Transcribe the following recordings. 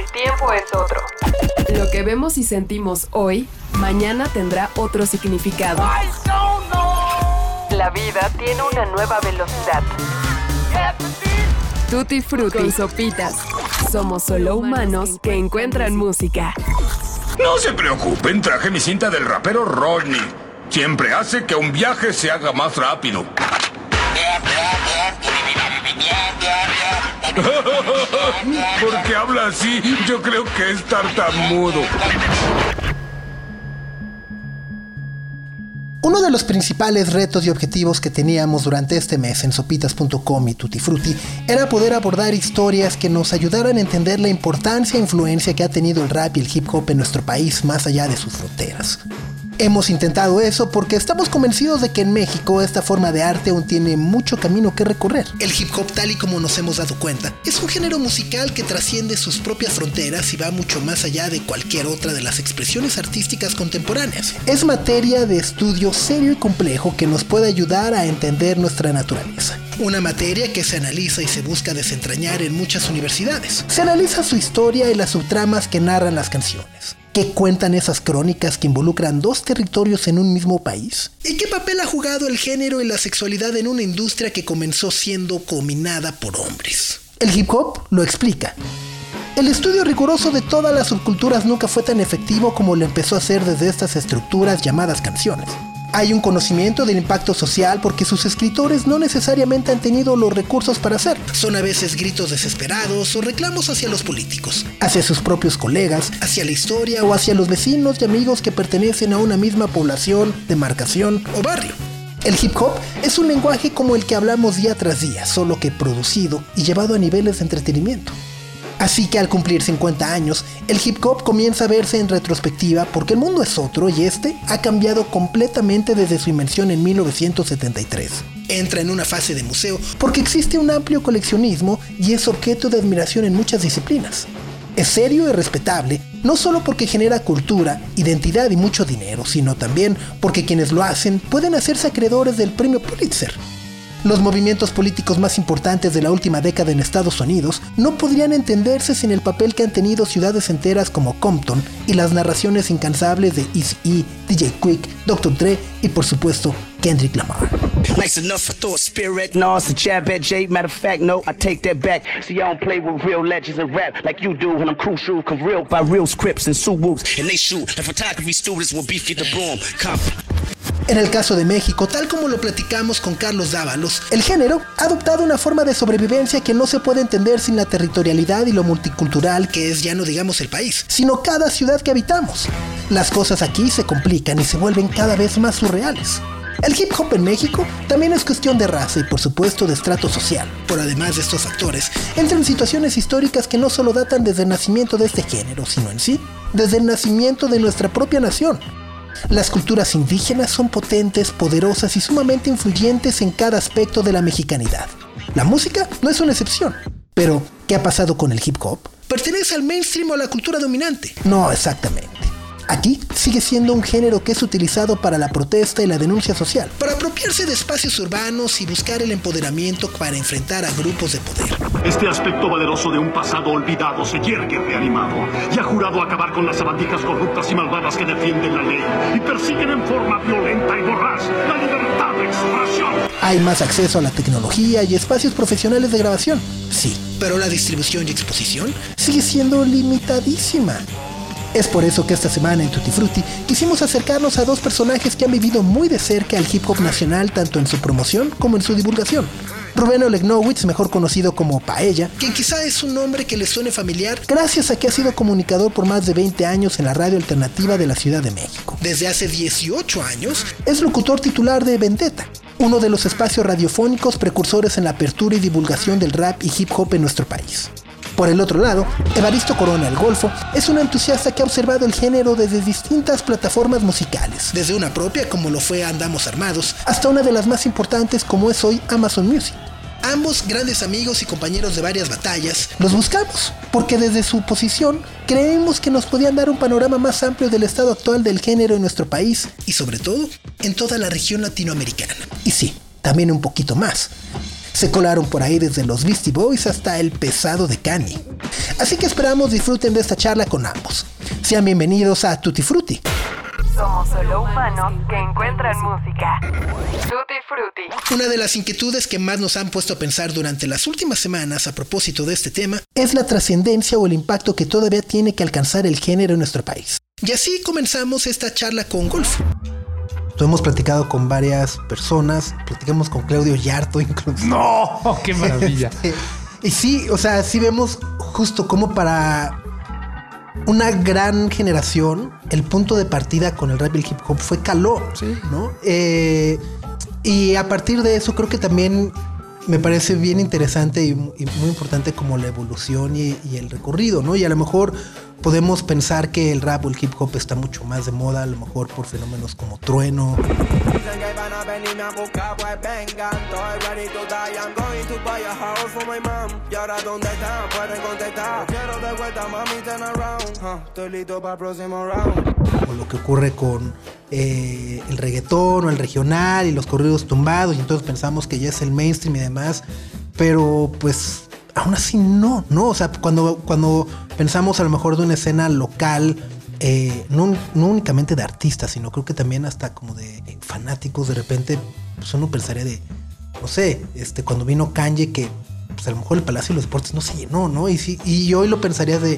el tiempo es otro. Lo que vemos y sentimos hoy, mañana tendrá otro significado. La vida tiene una nueva velocidad. Tutti Frutti con Sopitas. Somos solo humanos que encuentran música. No se preocupen, traje mi cinta del rapero Rodney. Siempre hace que un viaje se haga más rápido. Porque habla así, yo creo que es tartamudo. Uno de los principales retos y objetivos que teníamos durante este mes en sopitas.com y Tutti Frutti era poder abordar historias que nos ayudaran a entender la importancia e influencia que ha tenido el rap y el hip hop en nuestro país más allá de sus fronteras. Hemos intentado eso porque estamos convencidos de que en México esta forma de arte aún tiene mucho camino que recorrer. El hip hop, tal y como nos hemos dado cuenta, es un género musical que trasciende sus propias fronteras y va mucho más allá de cualquier otra de las expresiones artísticas contemporáneas. Es materia de estudio serio y complejo que nos puede ayudar a entender nuestra naturaleza. Una materia que se analiza y se busca desentrañar en muchas universidades. Se analiza su historia y las subtramas que narran las canciones. ¿Qué cuentan esas crónicas que involucran dos territorios en un mismo país? ¿Y qué papel ha jugado el género y la sexualidad en una industria que comenzó siendo dominada por hombres? El hip hop lo explica. El estudio riguroso de todas las subculturas nunca fue tan efectivo como lo empezó a hacer desde estas estructuras llamadas canciones. Hay un conocimiento del impacto social porque sus escritores no necesariamente han tenido los recursos para hacerlo. Son a veces gritos desesperados o reclamos hacia los políticos, hacia sus propios colegas, hacia la historia o hacia los vecinos y amigos que pertenecen a una misma población, demarcación o barrio. El hip hop es un lenguaje como el que hablamos día tras día, solo que producido y llevado a niveles de entretenimiento. Así que al cumplir 50 años, el hip hop comienza a verse en retrospectiva porque el mundo es otro y este ha cambiado completamente desde su invención en 1973. Entra en una fase de museo porque existe un amplio coleccionismo y es objeto de admiración en muchas disciplinas. Es serio y respetable, no solo porque genera cultura, identidad y mucho dinero, sino también porque quienes lo hacen pueden hacerse acreedores del premio Pulitzer. Los movimientos políticos más importantes de la última década en Estados Unidos no podrían entenderse sin el papel que han tenido ciudades enteras como Compton y las narraciones incansables de Eazy-E, DJ Quick, Dr. Dre y por supuesto Kendrick Lamar. Nice enough for thought spirit. No, it's a jab at Jay. Matter of fact, no, I take that back. See, I don't play with real legends and rap like you do when I'm crucial, cause real by real scripts and Suwoops. And they shoot. The photography students will beef you the boom. En el caso de México, tal como lo platicamos con Carlos Dávalos, el género ha adoptado una forma de sobrevivencia que no se puede entender sin la territorialidad y lo multicultural que es ya no digamos el país, sino cada ciudad que habitamos. Las cosas aquí se complican y se vuelven cada vez más surreales. El hip hop en México también es cuestión de raza y por supuesto de estrato social. Por además de estos factores, entran situaciones históricas que no solo datan desde el nacimiento de este género, sino en sí, desde el nacimiento de nuestra propia nación. Las culturas indígenas son potentes, poderosas y sumamente influyentes en cada aspecto de la mexicanidad. La música no es una excepción. Pero, ¿qué ha pasado con el hip hop? ¿Pertenece al mainstream o a la cultura dominante? No exactamente. Aquí sigue siendo un género que es utilizado para la protesta y la denuncia social, para apropiarse de espacios urbanos y buscar el empoderamiento para enfrentar a grupos de poder. Este aspecto valeroso de un pasado olvidado se yergue reanimado y ha jurado acabar con las sabandijas corruptas y malvadas que defienden la ley y persiguen en forma violenta y voraz la libertad de expresión. Hay más acceso a la tecnología y espacios profesionales de grabación, sí, pero la distribución y exposición sigue siendo limitadísima. Es por eso que esta semana en Tutti Frutti quisimos acercarnos a dos personajes que han vivido muy de cerca al hip hop nacional tanto en su promoción como en su divulgación. Rubén Olegnowitz, mejor conocido como Paella, quien quizá es un nombre que le suene familiar gracias a que ha sido comunicador por más de 20 años en la radio alternativa de la Ciudad de México. Desde hace 18 años es locutor titular de Vendetta, uno de los espacios radiofónicos precursores en la apertura y divulgación del rap y hip hop en nuestro país. Por el otro lado, Evaristo Corona el Golfo es un entusiasta que ha observado el género desde distintas plataformas musicales, desde una propia como lo fue Andamos Armados, hasta una de las más importantes como es hoy Amazon Music. Ambos grandes amigos y compañeros de varias batallas, los buscamos porque desde su posición creemos que nos podían dar un panorama más amplio del estado actual del género en nuestro país y sobre todo en toda la región latinoamericana. Y sí, también un poquito más. Se colaron por ahí desde los Beastie Boys hasta el pesado de Kanye. Así que esperamos disfruten de esta charla con ambos. Sean bienvenidos a Tutti Frutti. Somos solo humanos que encuentran música. Tutti Frutti. Una de las inquietudes que más nos han puesto a pensar durante las últimas semanas a propósito de este tema es la trascendencia o el impacto que todavía tiene que alcanzar el género en nuestro país. Y así comenzamos esta charla con Golf. Hemos platicado con varias personas, platicamos con Claudio Yarto incluso. ¡No! ¡Qué maravilla! Y sí, o sea, sí vemos justo como para una gran generación el punto de partida con el rap y el hip hop fue Caló, Sí. ¿no? Y a partir de eso creo que también me parece bien interesante y muy importante como la evolución y el recorrido, ¿no? Y a lo mejor podemos pensar que el rap o el hip hop está mucho más de moda, a lo mejor por fenómenos como Trueno. Dicen que van a venirme a buscar, pues vengan. Estoy ready to die, I'm going to buy a house for my mom. Y ahora ¿dónde están? Pueden contestar. Quiero de vuelta, mami, turn around. Estoy listo para el próximo round. O lo que ocurre con el reggaetón o el regional y los corridos tumbados, y entonces pensamos que ya es el mainstream y demás, pero pues aún así no, o sea, cuando pensamos a lo mejor de una escena local, no únicamente de artistas, sino creo que también hasta como de fanáticos, de repente pues uno pensaría de, no sé, cuando vino Kanye, que pues a lo mejor el Palacio de los Deportes no se llenó, ¿no? Y hoy lo pensaría de,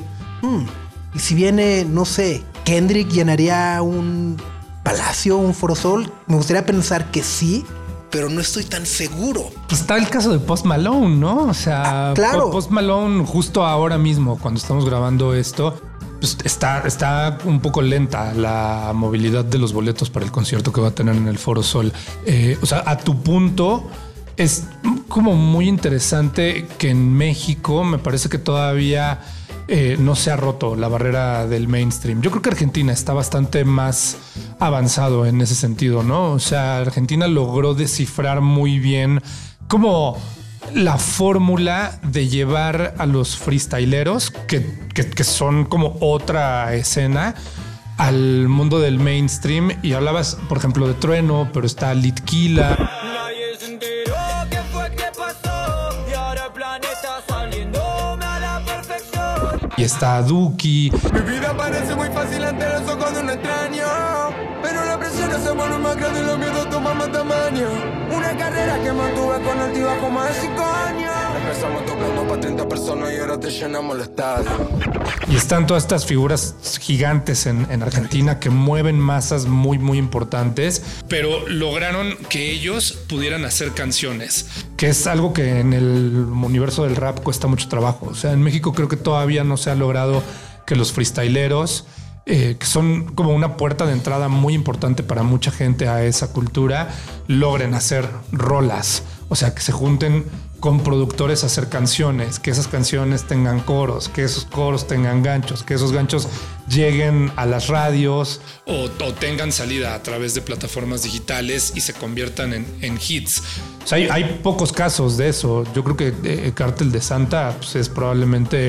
y si viene, no sé, Kendrick llenaría un Palacio, un Foro Sol, me gustaría pensar que sí, pero no estoy tan seguro. Pues está el caso de Post Malone, ¿no? O sea, claro. Post Malone justo ahora mismo, cuando estamos grabando esto, pues está un poco lenta la movilidad de los boletos para el concierto que va a tener en el Foro Sol. O sea, a tu punto, es como muy interesante que en México me parece que todavía no se ha roto la barrera del mainstream. Yo creo que Argentina está bastante más avanzado en ese sentido, ¿no? O sea, Argentina logró descifrar muy bien como la fórmula de llevar a los freestyleros, que son como otra escena, al mundo del mainstream. Y hablabas, por ejemplo, de Trueno, pero está Litquila. Nadie se enteró qué fue que pasó. Y ahora el planeta saliéndome a la perfección. Y está Duki. Mi vida parece muy fácil ante los ojos de un extraño, pero la presión se vuelve más grande y los miedos toman más tamaño. Una carrera que mantuve con altibajo más de 5 años. Empezamos tocando para 30 personas y ahora te llenamos el estadio. Y están todas estas figuras gigantes en Argentina que mueven masas muy, muy importantes, pero lograron que ellos pudieran hacer canciones, que es algo que en el universo del rap cuesta mucho trabajo. O sea, en México creo que todavía no se ha logrado que los freestyleros, que son como una puerta de entrada muy importante para mucha gente a esa cultura, logren hacer rolas. O sea, que se junten con productores a hacer canciones, que esas canciones tengan coros, que esos coros tengan ganchos, que esos ganchos lleguen a las radios o tengan salida a través de plataformas digitales y se conviertan en hits. O sea, hay pocos casos de eso. Yo creo que Cártel de Santa pues, es probablemente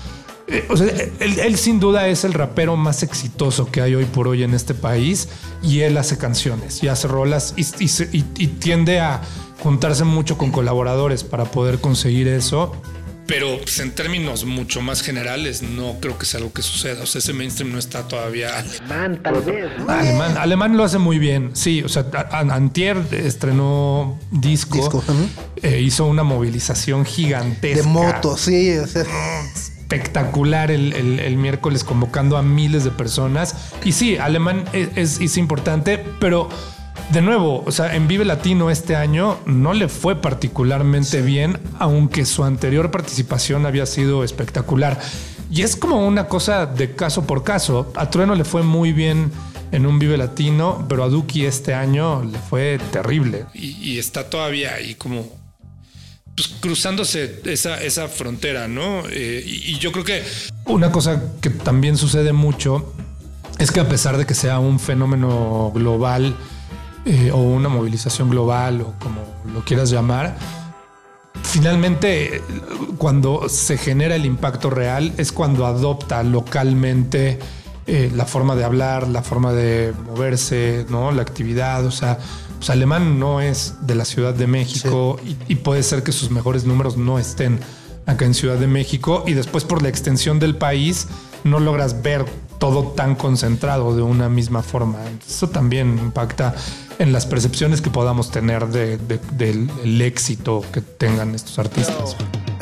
él sin duda es el rapero más exitoso que hay hoy por hoy en este país, y él hace canciones y hace rolas y tiende a juntarse mucho con colaboradores para poder conseguir eso. Pero pues, en términos mucho más generales, no creo que sea algo que suceda. O sea, ese mainstream no está todavía. Alemán, tal vez, ¿no? Alemán lo hace muy bien. Sí, o sea, antier estrenó disco. Hizo una movilización gigantesca. De motos, sí. O sea. Espectacular el miércoles, convocando a miles de personas. Y sí, Alemán es importante, pero de nuevo, o sea, en Vive Latino este año no le fue particularmente bien, aunque su anterior participación había sido espectacular. Y es como una cosa de caso por caso. A Trueno le fue muy bien en un Vive Latino, pero a Duki este año le fue terrible. Y está todavía ahí como pues, cruzándose esa frontera, ¿no? Y yo creo que una cosa que también sucede mucho es que a pesar de que sea un fenómeno global, o una movilización global, o como lo quieras llamar, finalmente cuando se genera el impacto real es cuando adopta localmente la forma de hablar, la forma de moverse, ¿no? La actividad. O sea, pues Alemán no es de la Ciudad de México, sí. y puede ser que sus mejores números no estén acá en Ciudad de México, y después por la extensión del país no logras ver todo tan concentrado de una misma forma. Eso también impacta en las percepciones que podamos tener del éxito que tengan estos artistas.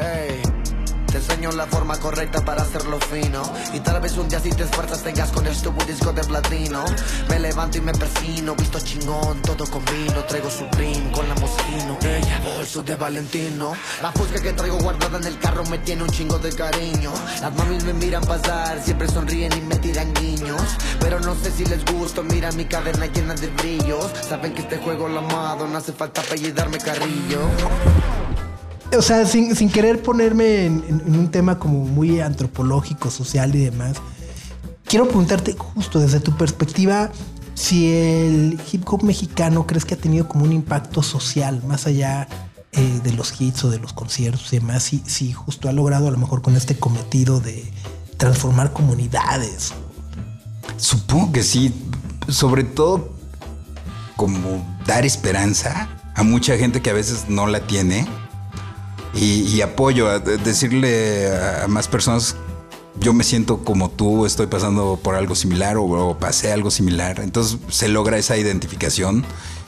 Te enseño la forma correcta para hacerlo fino. Y tal vez un día si te esfuerzas tengas con esto un disco de platino. Me levanto y me persino, visto chingón, todo con vino. Traigo Supreme con la Moschino, bolso de Valentino. La fusca que traigo guardada en el carro me tiene un chingo de cariño. Las mamis me miran pasar, siempre sonríen y me tiran guiños. Pero no sé si les gusto, mira mi cadena llena de brillos. Saben que este juego lo amado, no hace falta apellidarme Carrillo. O sea, sin querer ponerme en un tema como muy antropológico, social y demás, quiero preguntarte justo desde tu perspectiva si el hip hop mexicano crees que ha tenido como un impacto social más allá de los hits o de los conciertos y demás, si justo ha logrado a lo mejor con este cometido de transformar comunidades. Supongo que sí, sobre todo como dar esperanza a mucha gente que a veces no la tiene. Y apoyo a decirle a más personas, yo me siento como tú, estoy pasando por algo similar o pasé algo similar. Entonces se logra esa identificación.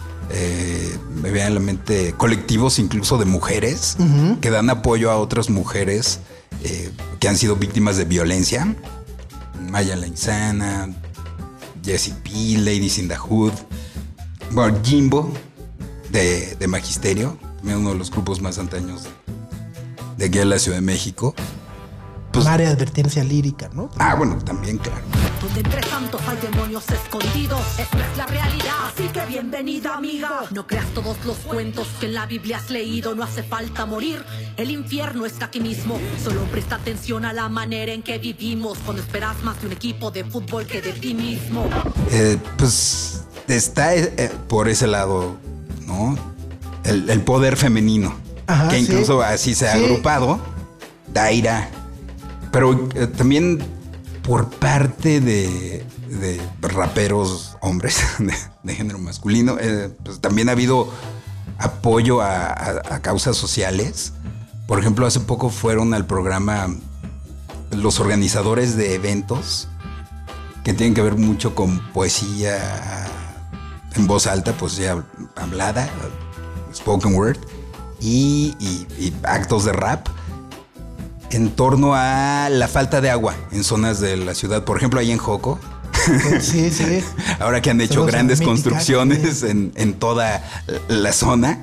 Me vean en la mente colectivos incluso de mujeres que dan apoyo a otras mujeres que han sido víctimas de violencia. Maya la Insana, Jessie P, Lady in the Hood, bueno, Jimbo de Magisterio, uno de los grupos más antaños de aquí en la Ciudad de México. Pues, área de advertencia lírica, ¿no? Bueno, también, claro. Donde entre tantos hay demonios escondidos, esta es la realidad, así que bienvenida, amiga. No creas todos los cuentos que en la Biblia has leído, no hace falta morir, el infierno está aquí mismo. Solo presta atención a la manera en que vivimos, cuando esperas más de un equipo de fútbol que de ti mismo. Pues está por ese lado, ¿no? El poder femenino. Ajá, que incluso así se ha agrupado, Daira, pero también por parte de raperos hombres de género masculino, pues también ha habido apoyo a causas sociales. Por ejemplo, hace poco fueron al programa los organizadores de eventos que tienen que ver mucho con poesía en voz alta, poesía hablada, spoken word, y actos de rap en torno a la falta de agua en zonas de la ciudad. Por ejemplo, ahí en Joco. Sí. Ahora que han hecho grandes construcciones en toda la zona,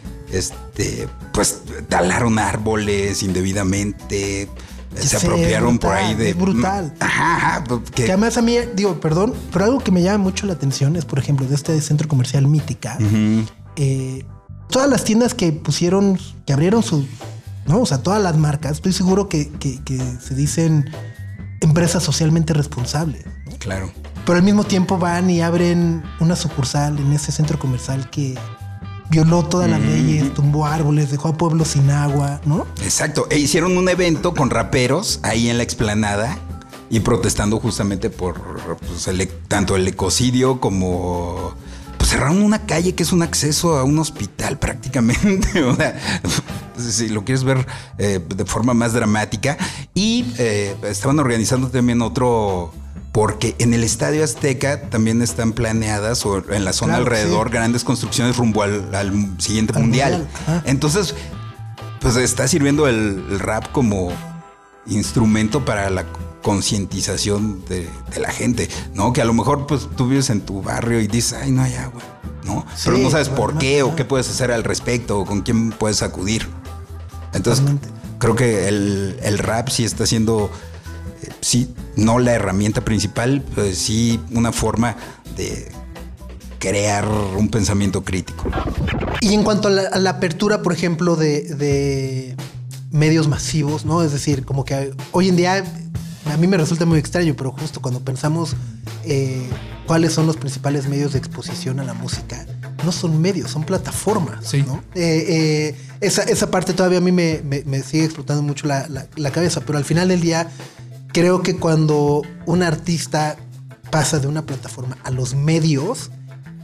pues talaron árboles indebidamente. Se apropiaron brutal, por ahí de... Es brutal. Ajá. Que además a mí, digo, perdón, pero algo que me llama mucho la atención es, por ejemplo, de este centro comercial Mítica, todas las tiendas que pusieron, que abrieron sus, ¿no? O sea, todas las marcas, estoy seguro que se dicen empresas socialmente responsables, ¿no? Claro. Pero al mismo tiempo van y abren una sucursal en ese centro comercial que violó todas las leyes, tumbó árboles, dejó a pueblos sin agua, ¿no? Exacto. E hicieron un evento con raperos ahí en la explanada y protestando justamente por pues, tanto el ecocidio como... Pues cerraron una calle que es un acceso a un hospital prácticamente. O sea, si lo quieres ver de forma más dramática. Y estaban organizando también otro... Porque en el Estadio Azteca también están planeadas, o en la zona alrededor, grandes construcciones rumbo al siguiente mundial. Entonces, pues está sirviendo el rap como instrumento para la concientización de la gente, ¿no? Que a lo mejor pues tú vives en tu barrio y dices, ay, no hay agua, ¿no? Sí, pero no sabes por qué o qué puedes hacer al respecto o con quién puedes acudir. Entonces, creo que el rap sí está siendo... Sí, no la herramienta principal, pero sí una forma de crear un pensamiento crítico. Y en cuanto a la apertura, por ejemplo, de medios masivos, ¿no? Es decir, como que hoy en día a mí me resulta muy extraño, pero justo cuando pensamos cuáles son los principales medios de exposición a la música, no son medios, son plataformas, sí, ¿no? Esa parte todavía a mí me sigue explotando mucho la cabeza, pero al final del día creo que cuando un artista pasa de una plataforma a los medios,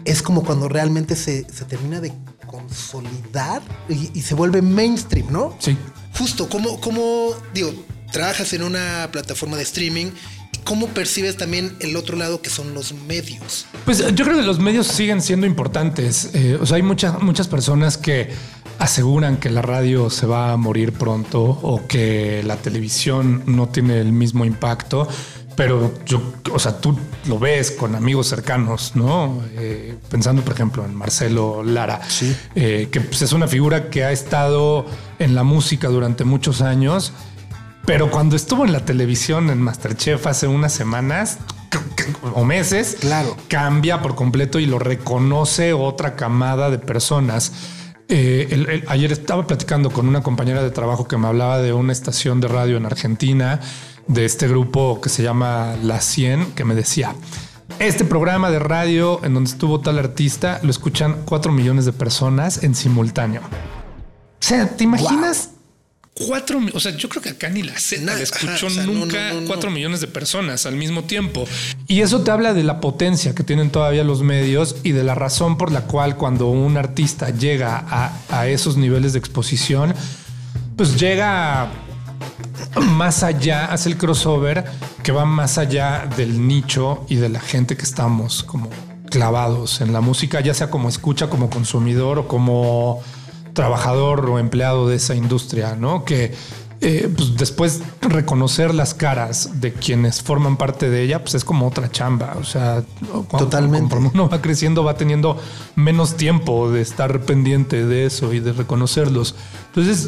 es como cuando realmente se termina de consolidar y se vuelve mainstream, ¿no? Sí. Justo, ¿cómo digo, trabajas en una plataforma de streaming? ¿Cómo percibes también el otro lado que son los medios? Pues yo creo que los medios siguen siendo importantes. O sea, hay muchas personas que aseguran que la radio se va a morir pronto o que la televisión no tiene el mismo impacto. Pero tú lo ves con amigos cercanos, ¿no? Pensando, por ejemplo, en Marcelo Lara, sí. Que pues, es una figura que ha estado en la música durante muchos años, pero cuando estuvo en la televisión en MasterChef hace unas semanas o meses, claro, cambia por completo y lo reconoce otra camada de personas. Ayer estaba platicando con una compañera de trabajo que me hablaba de una estación de radio en Argentina, de este grupo que se llama La 100, que me decía, este programa de radio en donde estuvo tal artista lo escuchan 4 millones de personas en simultáneo. O sea, ¿te imaginas? Wow. O sea, yo creo que acá ni la Z la escuchó nunca 4 millones de personas al mismo tiempo. Y eso te habla de la potencia que tienen todavía los medios y de la razón por la cual cuando un artista llega a esos niveles de exposición, pues llega más allá, hace el crossover que va más allá del nicho y de la gente que estamos como clavados en la música, ya sea como escucha, como consumidor o como trabajador o empleado de esa industria, ¿no? Que pues después reconocer las caras de quienes forman parte de ella, pues es como otra chamba. O sea, totalmente. Conforme uno va creciendo, va teniendo menos tiempo de estar pendiente de eso y de reconocerlos. Entonces,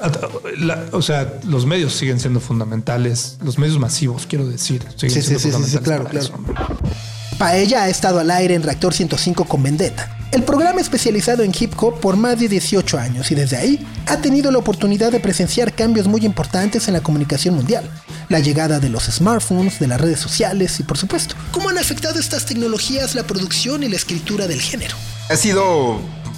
los medios siguen siendo fundamentales. Los medios masivos, quiero decir, siguen siendo fundamentales. Claro. Paella ha estado al aire en Reactor 105 con Vendetta, el programa especializado en hip hop por más de 18 años y desde ahí ha tenido la oportunidad de presenciar cambios muy importantes en la comunicación mundial. La llegada de los smartphones, de las redes sociales y por supuesto, ¿cómo han afectado estas tecnologías la producción y la escritura del género? Ha sido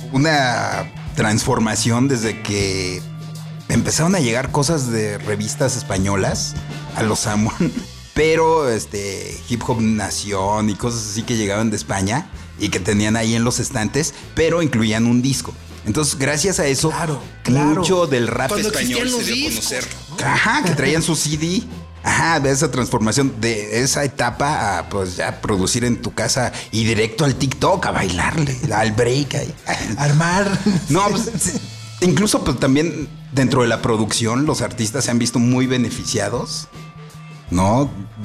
una transformación desde que empezaron a llegar cosas de revistas españolas a los Amon. Pero Hip Hop Nación y cosas así que llegaban de España y que tenían ahí en los estantes, pero incluían un disco. Entonces, gracias a eso, mucho del rap cuando español se dio a discos, conocer. ¿no? Ajá, que traían su CD. Ajá, de esa transformación, de esa etapa a pues ya producir en tu casa y directo al TikTok, a bailarle, al break. Ahí. Armar. No, pues incluso pues también dentro de la producción los artistas se han visto muy beneficiados, ¿no?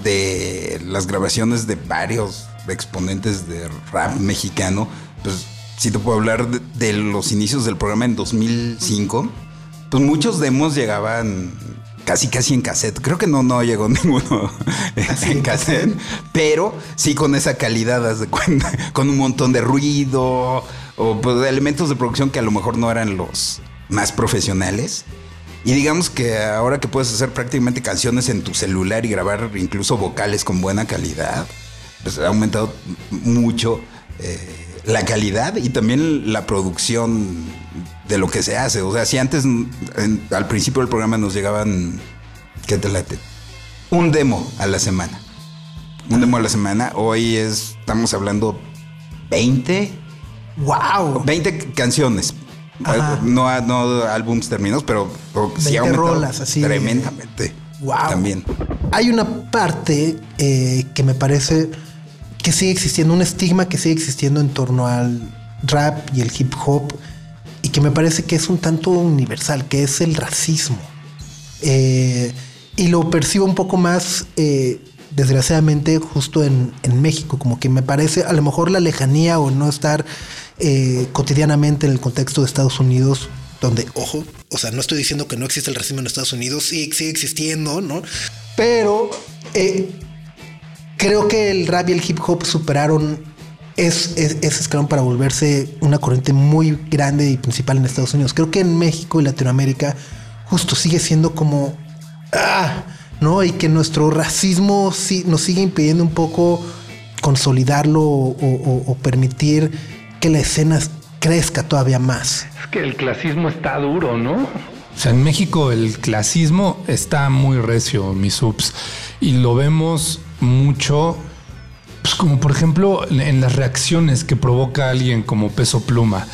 De las grabaciones de varios exponentes de rap mexicano. Pues si te puedo hablar de los inicios del programa en 2005, pues muchos demos llegaban casi en cassette. Creo que no llegó ninguno en cassette, pero sí con esa calidad, haz de cuenta, con un montón de ruido o pues, de elementos de producción que a lo mejor no eran los más profesionales. Y digamos que ahora que puedes hacer prácticamente canciones en tu celular y grabar incluso vocales con buena calidad, pues ha aumentado mucho la calidad y también la producción de lo que se hace. O sea, si antes al principio del programa nos llegaban, ¿qué te late? Un demo a la semana. Un demo a la semana. Hoy estamos hablando 20. ¡Wow! 20 canciones. Ajá. No álbums terminados, pero sí ha aumentado rolas, así tremendamente. Wow. También. Hay una parte que me parece que sigue existiendo, un estigma que sigue existiendo en torno al rap y el hip hop y que me parece que es un tanto universal, que es el racismo. Y lo percibo un poco más, desgraciadamente, justo en México, como que me parece a lo mejor la lejanía o no estar cotidianamente en el contexto de Estados Unidos, donde, ojo, o sea, no estoy diciendo que no existe el racismo en Estados Unidos, sí sigue existiendo, ¿no? Pero creo que el rap y el hip hop superaron ese escalón para volverse una corriente muy grande y principal en Estados Unidos. Creo que en México y Latinoamérica justo sigue siendo como ¿no? Y que nuestro racismo nos sigue impidiendo un poco consolidarlo o permitir que la escena crezca todavía más. Es que el clasismo está duro, ¿no? O sea, en México el clasismo está muy recio, mis subs, y lo vemos mucho Pues como por ejemplo en las reacciones que provoca alguien como Peso Pluma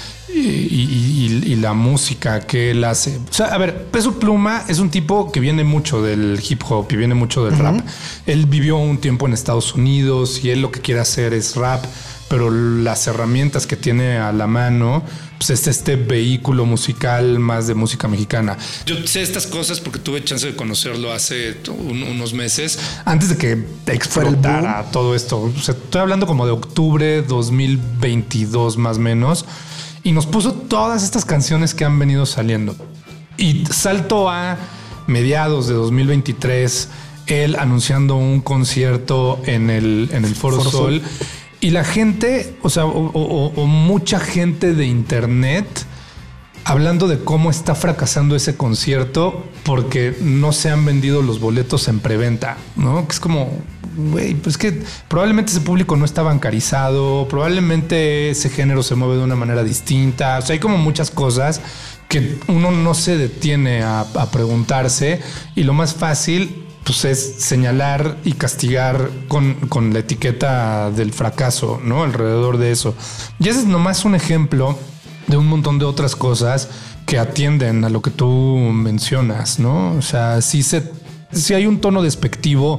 y la música que él hace. O sea, a ver, Peso Pluma es un tipo que viene mucho del hip hop y viene mucho del rap. Él vivió un tiempo en Estados Unidos y él lo que quiere hacer es rap, pero las herramientas que tiene a la mano pues es este vehículo musical más de música mexicana. Yo sé estas cosas porque tuve chance de conocerlo hace unos meses, antes de que explotara todo esto. O sea, estoy hablando como de octubre 2022 más o menos, y nos puso todas estas canciones que han venido saliendo. Y salto a mediados de 2023, él anunciando un concierto en el Foro Sol. Y la gente, o sea, o mucha gente de internet hablando de cómo está fracasando ese concierto porque no se han vendido los boletos en preventa, ¿no? Que es como, güey, pues que probablemente ese público no está bancarizado, probablemente ese género se mueve de una manera distinta. O sea, hay como muchas cosas que uno no se detiene a preguntarse, y lo más fácil pues es señalar y castigar con la etiqueta del fracaso, ¿no? Alrededor de eso. Y ese es nomás un ejemplo de un montón de otras cosas que atienden a lo que tú mencionas, ¿no? O sea, sí hay un tono despectivo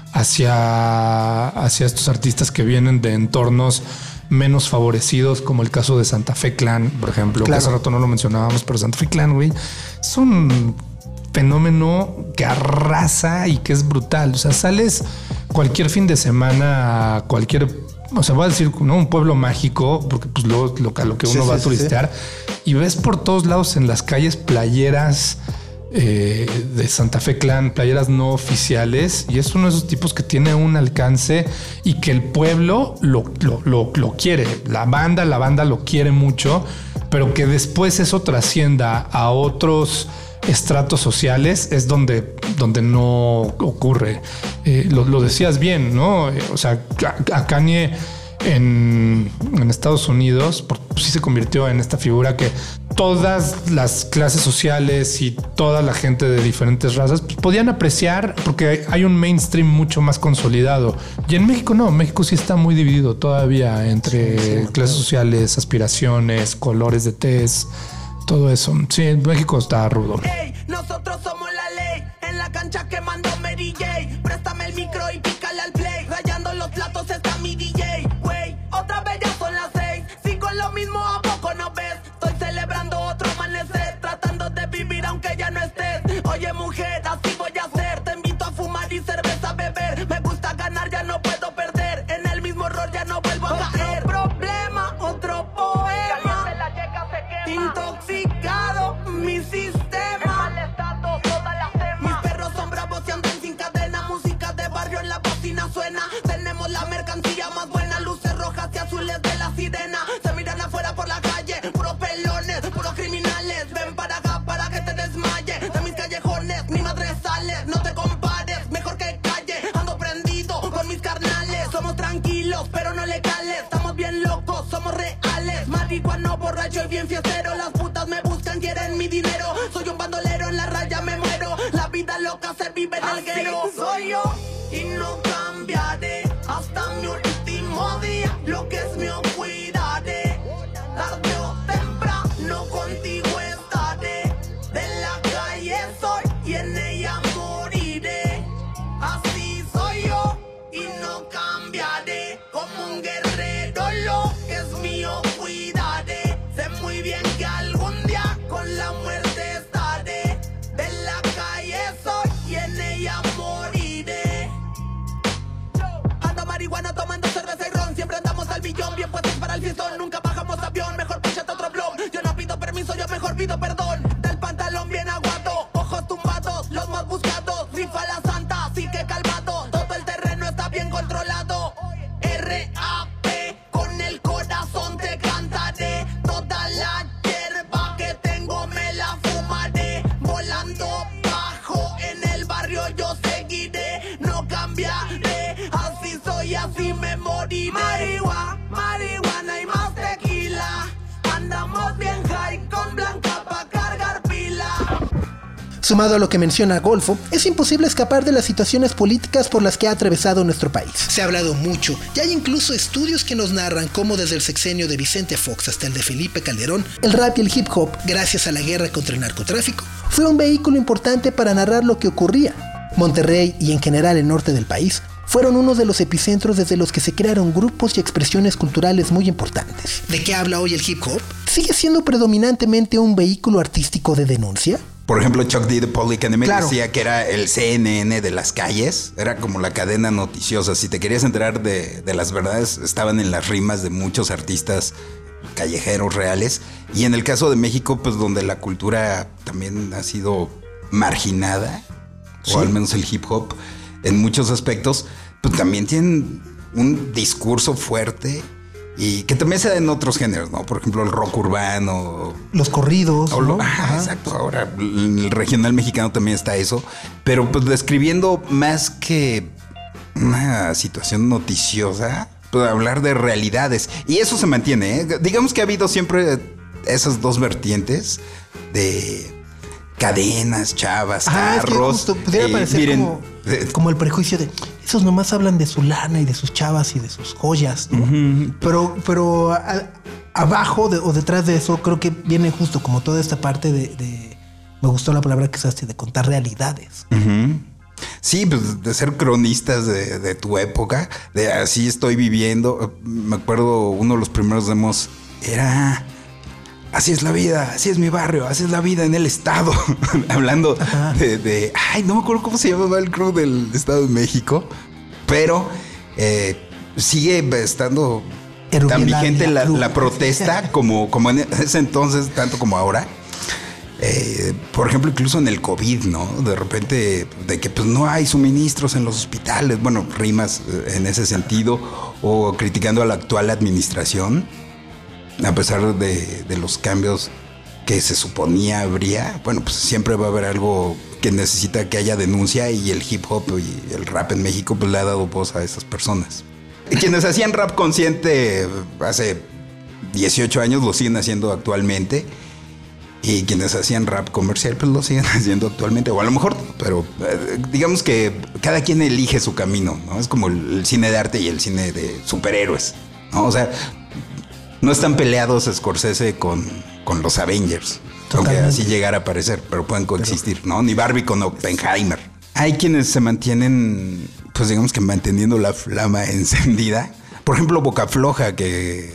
hacia estos artistas que vienen de entornos menos favorecidos, como el caso de Santa Fe Clan, por ejemplo. Claro. Que hace rato no lo mencionábamos, pero Santa Fe Clan, güey, es un fenómeno que arrasa y que es brutal. O sea, sales cualquier fin de semana a cualquier, o sea, voy a decir, ¿no?, un pueblo mágico, porque pues lo que uno va a turistear, y ves por todos lados en las calles playeras de Santa Fe Clan, playeras no oficiales, y es uno de esos tipos que tiene un alcance y que el pueblo lo quiere. La banda lo quiere mucho, pero que después eso trascienda a otros estratos sociales es donde no ocurre. Lo decías bien, ¿no? O sea, a Kanye en Estados Unidos pues sí se convirtió en esta figura que todas las clases sociales y toda la gente de diferentes razas pues podían apreciar, porque hay un mainstream mucho más consolidado. Y en México no, México sí está muy dividido todavía entre clases sociales, aspiraciones, colores de tez, todo eso. Sí, en México está rudo. Hey, nosotros somos la ley, en la cancha quemando Mary J. Préstame el micro y pícale al play, rayando los platos está mi DJ. Wey, otra vez ya son las 6, sigo lo mismo, ¿a poco no ves? Estoy celebrando otro amanecer, tratando de vivir aunque ya no estés. Oye mujer, así voy a hacer, te invito a fumar y cerveza a beber. Me gusta ganar, ya no puedo perder, en el mismo error ya no vuelvo a caer. Otro problema, otro poema, intoxicado mi sistema. Mis perros son bravos y andan sin cadena. Música de barrio en la bocina suena. Tenemos la mercancía más buena, luces rojas y azules de la sirena. Se miran afuera por la calle, puros pelones, puros criminales. Ven para acá para que te desmayes. De mis callejones mi madre sale. No te compares, mejor que calle. Ando prendido con mis carnales. Somos tranquilos pero no legales. Estamos bien locos, somos reales. Marihuano, borracho y bien fiestero. Las putas me buscan, quieren mi dinero. Soy un bandolero, en la raya me muero. La vida loca se vive en el guero. Soy yo y no cambiaré hasta mi último día. Lo que es mío cuidaré. Tarde o temprano contigo estaré. De la calle soy y en ella moriré. Así soy yo y no cambiaré. Como un guerrero, lo que es mío cuidaré. Sé muy bien que algún día con la muerte estaré. De la calle soy y en ella moriré. Ando marihuana tomando cerveza y ron. Siempre andamos al billón, bien puestos para el fiestón. Nunca bajamos avión, mejor pachate otro blog. Yo no pido permiso, yo mejor pido perdón. Del pantalón bien aguado, ojos tumbados, los más buscados. Rifa la santa, así que calmado. Todo el terreno está bien controlado. R.A.P. con el corazón te cantaré. Toda la hierba que tengo me la fumaré. Volando bajo en el barrio yo seguiré. No cambiaré, así soy, así me moriré. Marihuana y más tequila. Andamos bien high con blanca pa' cargar pila. Sumado a lo que menciona Golfo, es imposible escapar de las situaciones políticas por las que ha atravesado nuestro país. Se ha hablado mucho, y hay incluso estudios que nos narran cómo desde el sexenio de Vicente Fox hasta el de Felipe Calderón, el rap y el hip hop, gracias a la guerra contra el narcotráfico, fue un vehículo importante para narrar lo que ocurría. Monterrey y en general el norte del país fueron uno de los epicentros desde los que se crearon grupos y expresiones culturales muy importantes. ¿De qué habla hoy el hip hop? ¿Sigue siendo predominantemente un vehículo artístico de denuncia? Por ejemplo, Chuck D. de Public Enemy decía que era el CNN de las calles, era como la cadena noticiosa. Si te querías enterar de las verdades, estaban en las rimas de muchos artistas callejeros reales. Y en el caso de México, pues donde la cultura también ha sido marginada, ¿sí? O al menos el hip hop, en muchos aspectos, pues también tienen un discurso fuerte y que también se da en otros géneros, ¿no? Por ejemplo, el rock urbano. Los corridos, ¿no? Exacto. Ahora, en el regional mexicano también está eso. Pero pues describiendo más que una situación noticiosa, pues hablar de realidades. Y eso se mantiene, ¿eh? Digamos que ha habido siempre esas dos vertientes de cadenas, chavas, carros. Es que justo pudiera parecer como el prejuicio de esos nomás hablan de su lana y de sus chavas y de sus joyas, ¿no? Pero abajo o detrás de eso creo que viene justo como toda esta parte de me gustó la palabra que usaste, de contar realidades. Sí, pues de ser cronistas de tu época, de así estoy viviendo. Me acuerdo uno de los primeros demos era así es la vida, así es mi barrio, así es la vida en el estado. Hablando de ay, no me acuerdo cómo se llamaba el crew del Estado de México, pero sigue estando tan vigente la protesta como en ese entonces, tanto como ahora. Por ejemplo, incluso en el COVID, ¿no? De repente, de que pues no hay suministros en los hospitales. Bueno, rimas en ese sentido, o criticando a la actual administración, a pesar de los cambios que se suponía habría. Bueno, pues siempre va a haber algo que necesita que haya denuncia, y el hip hop y el rap en México pues le ha dado voz a esas personas. Y quienes hacían rap consciente hace 18 años lo siguen haciendo actualmente. Y quienes hacían rap comercial pues lo siguen haciendo actualmente, o a lo mejor, pero digamos que cada quien elige su camino, ¿no? Es como el cine de arte y el cine de superhéroes, ¿no? O sea, no están peleados Scorsese con los Avengers, totalmente, aunque así llegara a parecer, pero pueden coexistir, ¿no? Ni Barbie con Oppenheimer. Hay quienes se mantienen, pues digamos que manteniendo la flama encendida. Por ejemplo, Boca Floja, que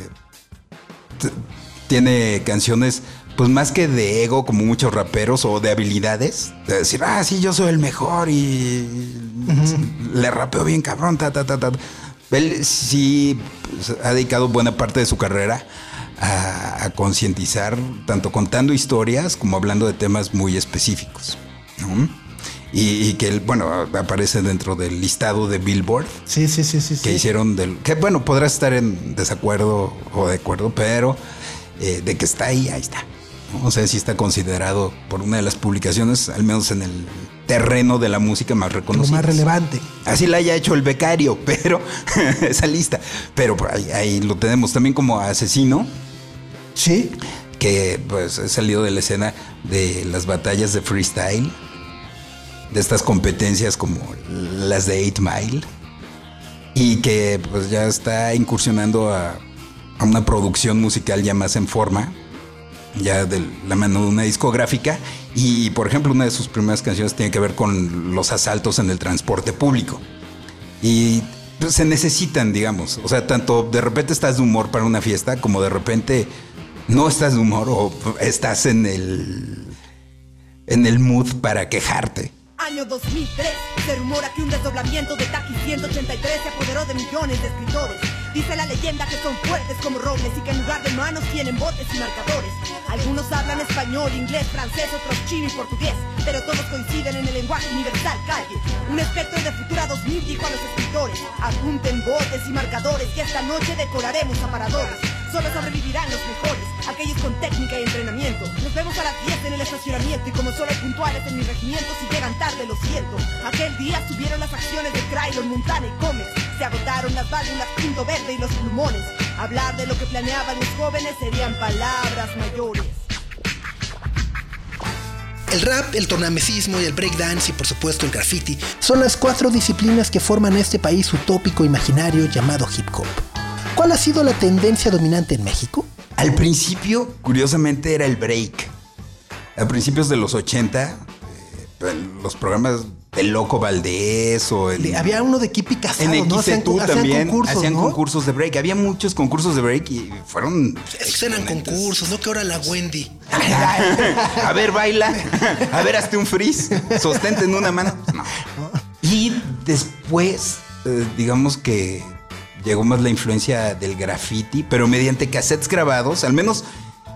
tiene canciones pues más que de ego, como muchos raperos, o de habilidades, de decir, sí, yo soy el mejor y le rapeo bien cabrón, Él sí pues, ha dedicado buena parte de su carrera a concientizar, tanto contando historias como hablando de temas muy específicos, ¿no? Y que él, bueno, aparece dentro del listado de Billboard. Sí. Que hicieron que bueno, podrás estar en desacuerdo o de acuerdo, pero de que está ahí está. O sea, sí está considerado por una de las publicaciones, al menos en el terreno de la música más reconocida. Lo más relevante. Así la haya hecho el becario, pero esa lista. Pero ahí lo tenemos también como Asesino. Sí. Que pues ha salido de la escena de las batallas de freestyle, de estas competencias como las de 8 Mile. Y que pues ya está incursionando a una producción musical ya más en forma, ya de la mano de una discográfica. Y por ejemplo, una de sus primeras canciones tiene que ver con los asaltos en el transporte público, y pues, se necesitan, digamos, o sea, tanto de repente estás de humor para una fiesta, como de repente no estás de humor o estás en el mood para quejarte. Año 2003, se rumora que un desdoblamiento de Taki 183 se apoderó de millones de escritores. Dice la leyenda que son fuertes como robles y que en lugar de manos tienen botes y marcadores. Algunos hablan español, inglés, francés, otros chino y portugués, pero todos coinciden en el lenguaje universal calle. Un espectro de Futura 2000 dijo a los escritores: apunten botes y marcadores, que esta noche decoraremos aparadores. Solo sobrevivirán los mejores, aquellos con técnica y entrenamiento. Nos vemos a las 10 en el estacionamiento, y como solo hay puntuales en mi regimiento, si llegan tarde lo siento. Aquel día subieron las acciones de Krylon, Montana y Comex. Se agotaron las válvulas, punto verde y los pulmones. Hablar de lo que planeaban los jóvenes serían palabras mayores. El rap, el tornamesismo y el breakdance y por supuesto el graffiti son las 4 disciplinas que forman este país utópico imaginario llamado hip hop. ¿Cuál ha sido la tendencia dominante en México? Al principio, curiosamente, era el break. A principios de los 80, los programas de Loco Valdés o había uno de Kipi Casado, en ¿no? XTU también hacían ¿no? concursos de break. Había muchos concursos de break y fueron... Esos eran concursos, ¿no? Que ahora la Wendy. A ver, baila. A ver, hazte un freeze. Sostente en una mano. No. Y después, digamos que llegó más la influencia del graffiti, pero mediante cassettes grabados, al menos...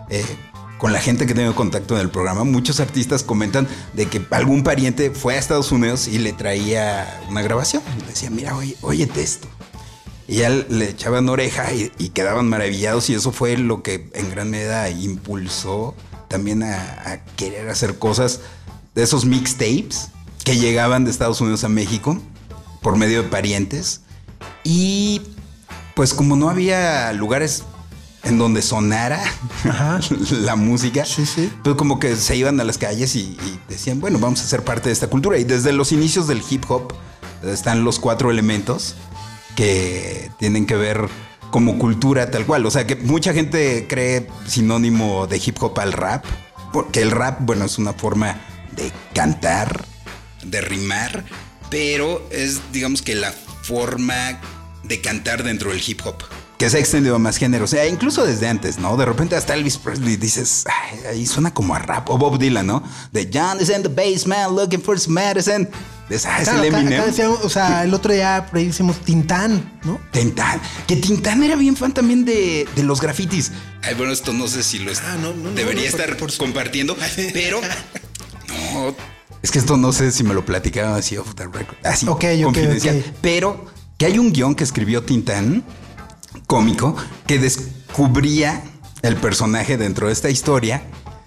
con la gente que tengo contacto en el programa, muchos artistas comentan de que algún pariente fue a Estados Unidos y le traía una grabación. Le decía, mira, óyete esto. Y ya le echaban oreja y quedaban maravillados, y eso fue lo que en gran medida impulsó también a querer hacer cosas de esos mixtapes que llegaban de Estados Unidos a México por medio de parientes. Y pues como no había lugares en donde sonara la música, pues como que se iban a las calles y decían, bueno, vamos a ser parte de esta cultura. Y desde los inicios del hip hop están los 4 elementos que tienen que ver como cultura tal cual. O sea, que mucha gente cree sinónimo de hip hop al rap, porque el rap, bueno, es una forma de cantar, de rimar, pero es, digamos que la forma de cantar dentro del hip hop, que se ha extendido a más géneros, o sea, incluso desde antes, ¿no? De repente hasta Elvis Presley dices, ay, ahí suena como a rap, o Bob Dylan, ¿no? De John is in the basement looking for some medicine. Es el Eminem. Acá decíamos, o sea, el otro día por ahí decimos Tintán, ¿no? Tintán, que Tintán era bien fan también de los grafitis. Ay, bueno, esto no sé si lo debería estar compartiendo, pero no, es que esto no sé si me lo platicaron así off the record, así confidencial, pero que hay un guión que escribió Tintán, cómico, que descubría el personaje dentro de esta historia,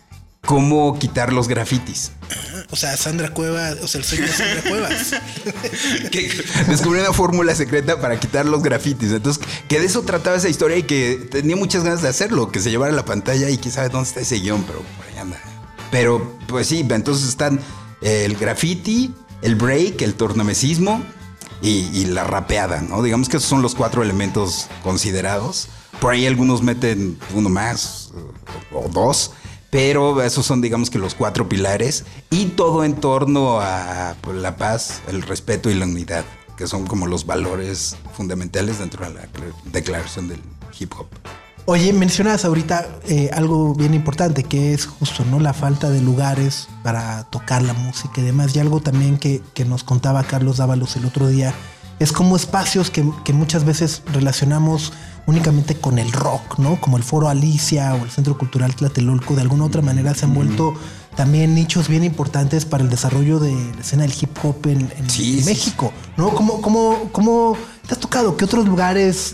cómo quitar los grafitis. O sea, Sandra Cuevas, o sea, el sueño de Sandra Cuevas. Que descubrió una fórmula secreta para quitar los grafitis. Entonces, que de eso trataba esa historia y que tenía muchas ganas de saberlo, que se llevara a la pantalla y quién sabe dónde está ese guión, pero por ahí anda. Pero, pues sí, entonces están el graffiti, el break, el tornamesismo y la rapeada, ¿no? Digamos que esos son los 4 elementos considerados. Por ahí algunos meten uno más o 2, pero esos son, digamos que los 4 pilares, y todo en torno a pues, la paz, el respeto y la unidad, que son como los valores fundamentales dentro de la declaración del hip hop. Oye, mencionas ahorita algo bien importante, que es justo, ¿no? La falta de lugares para tocar la música y demás. Y algo también que nos contaba Carlos Dávalos el otro día, es como espacios que muchas veces relacionamos únicamente con el rock, ¿no? Como el Foro Alicia o el Centro Cultural Tlatelolco, de alguna otra manera se han vuelto también nichos bien importantes para el desarrollo de la escena del hip hop en México, ¿no? ¿Cómo te has tocado? ¿Qué otros lugares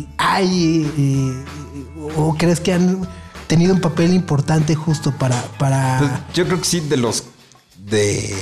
hay o crees que han tenido un papel importante justo para... Pues yo creo que sí, de los de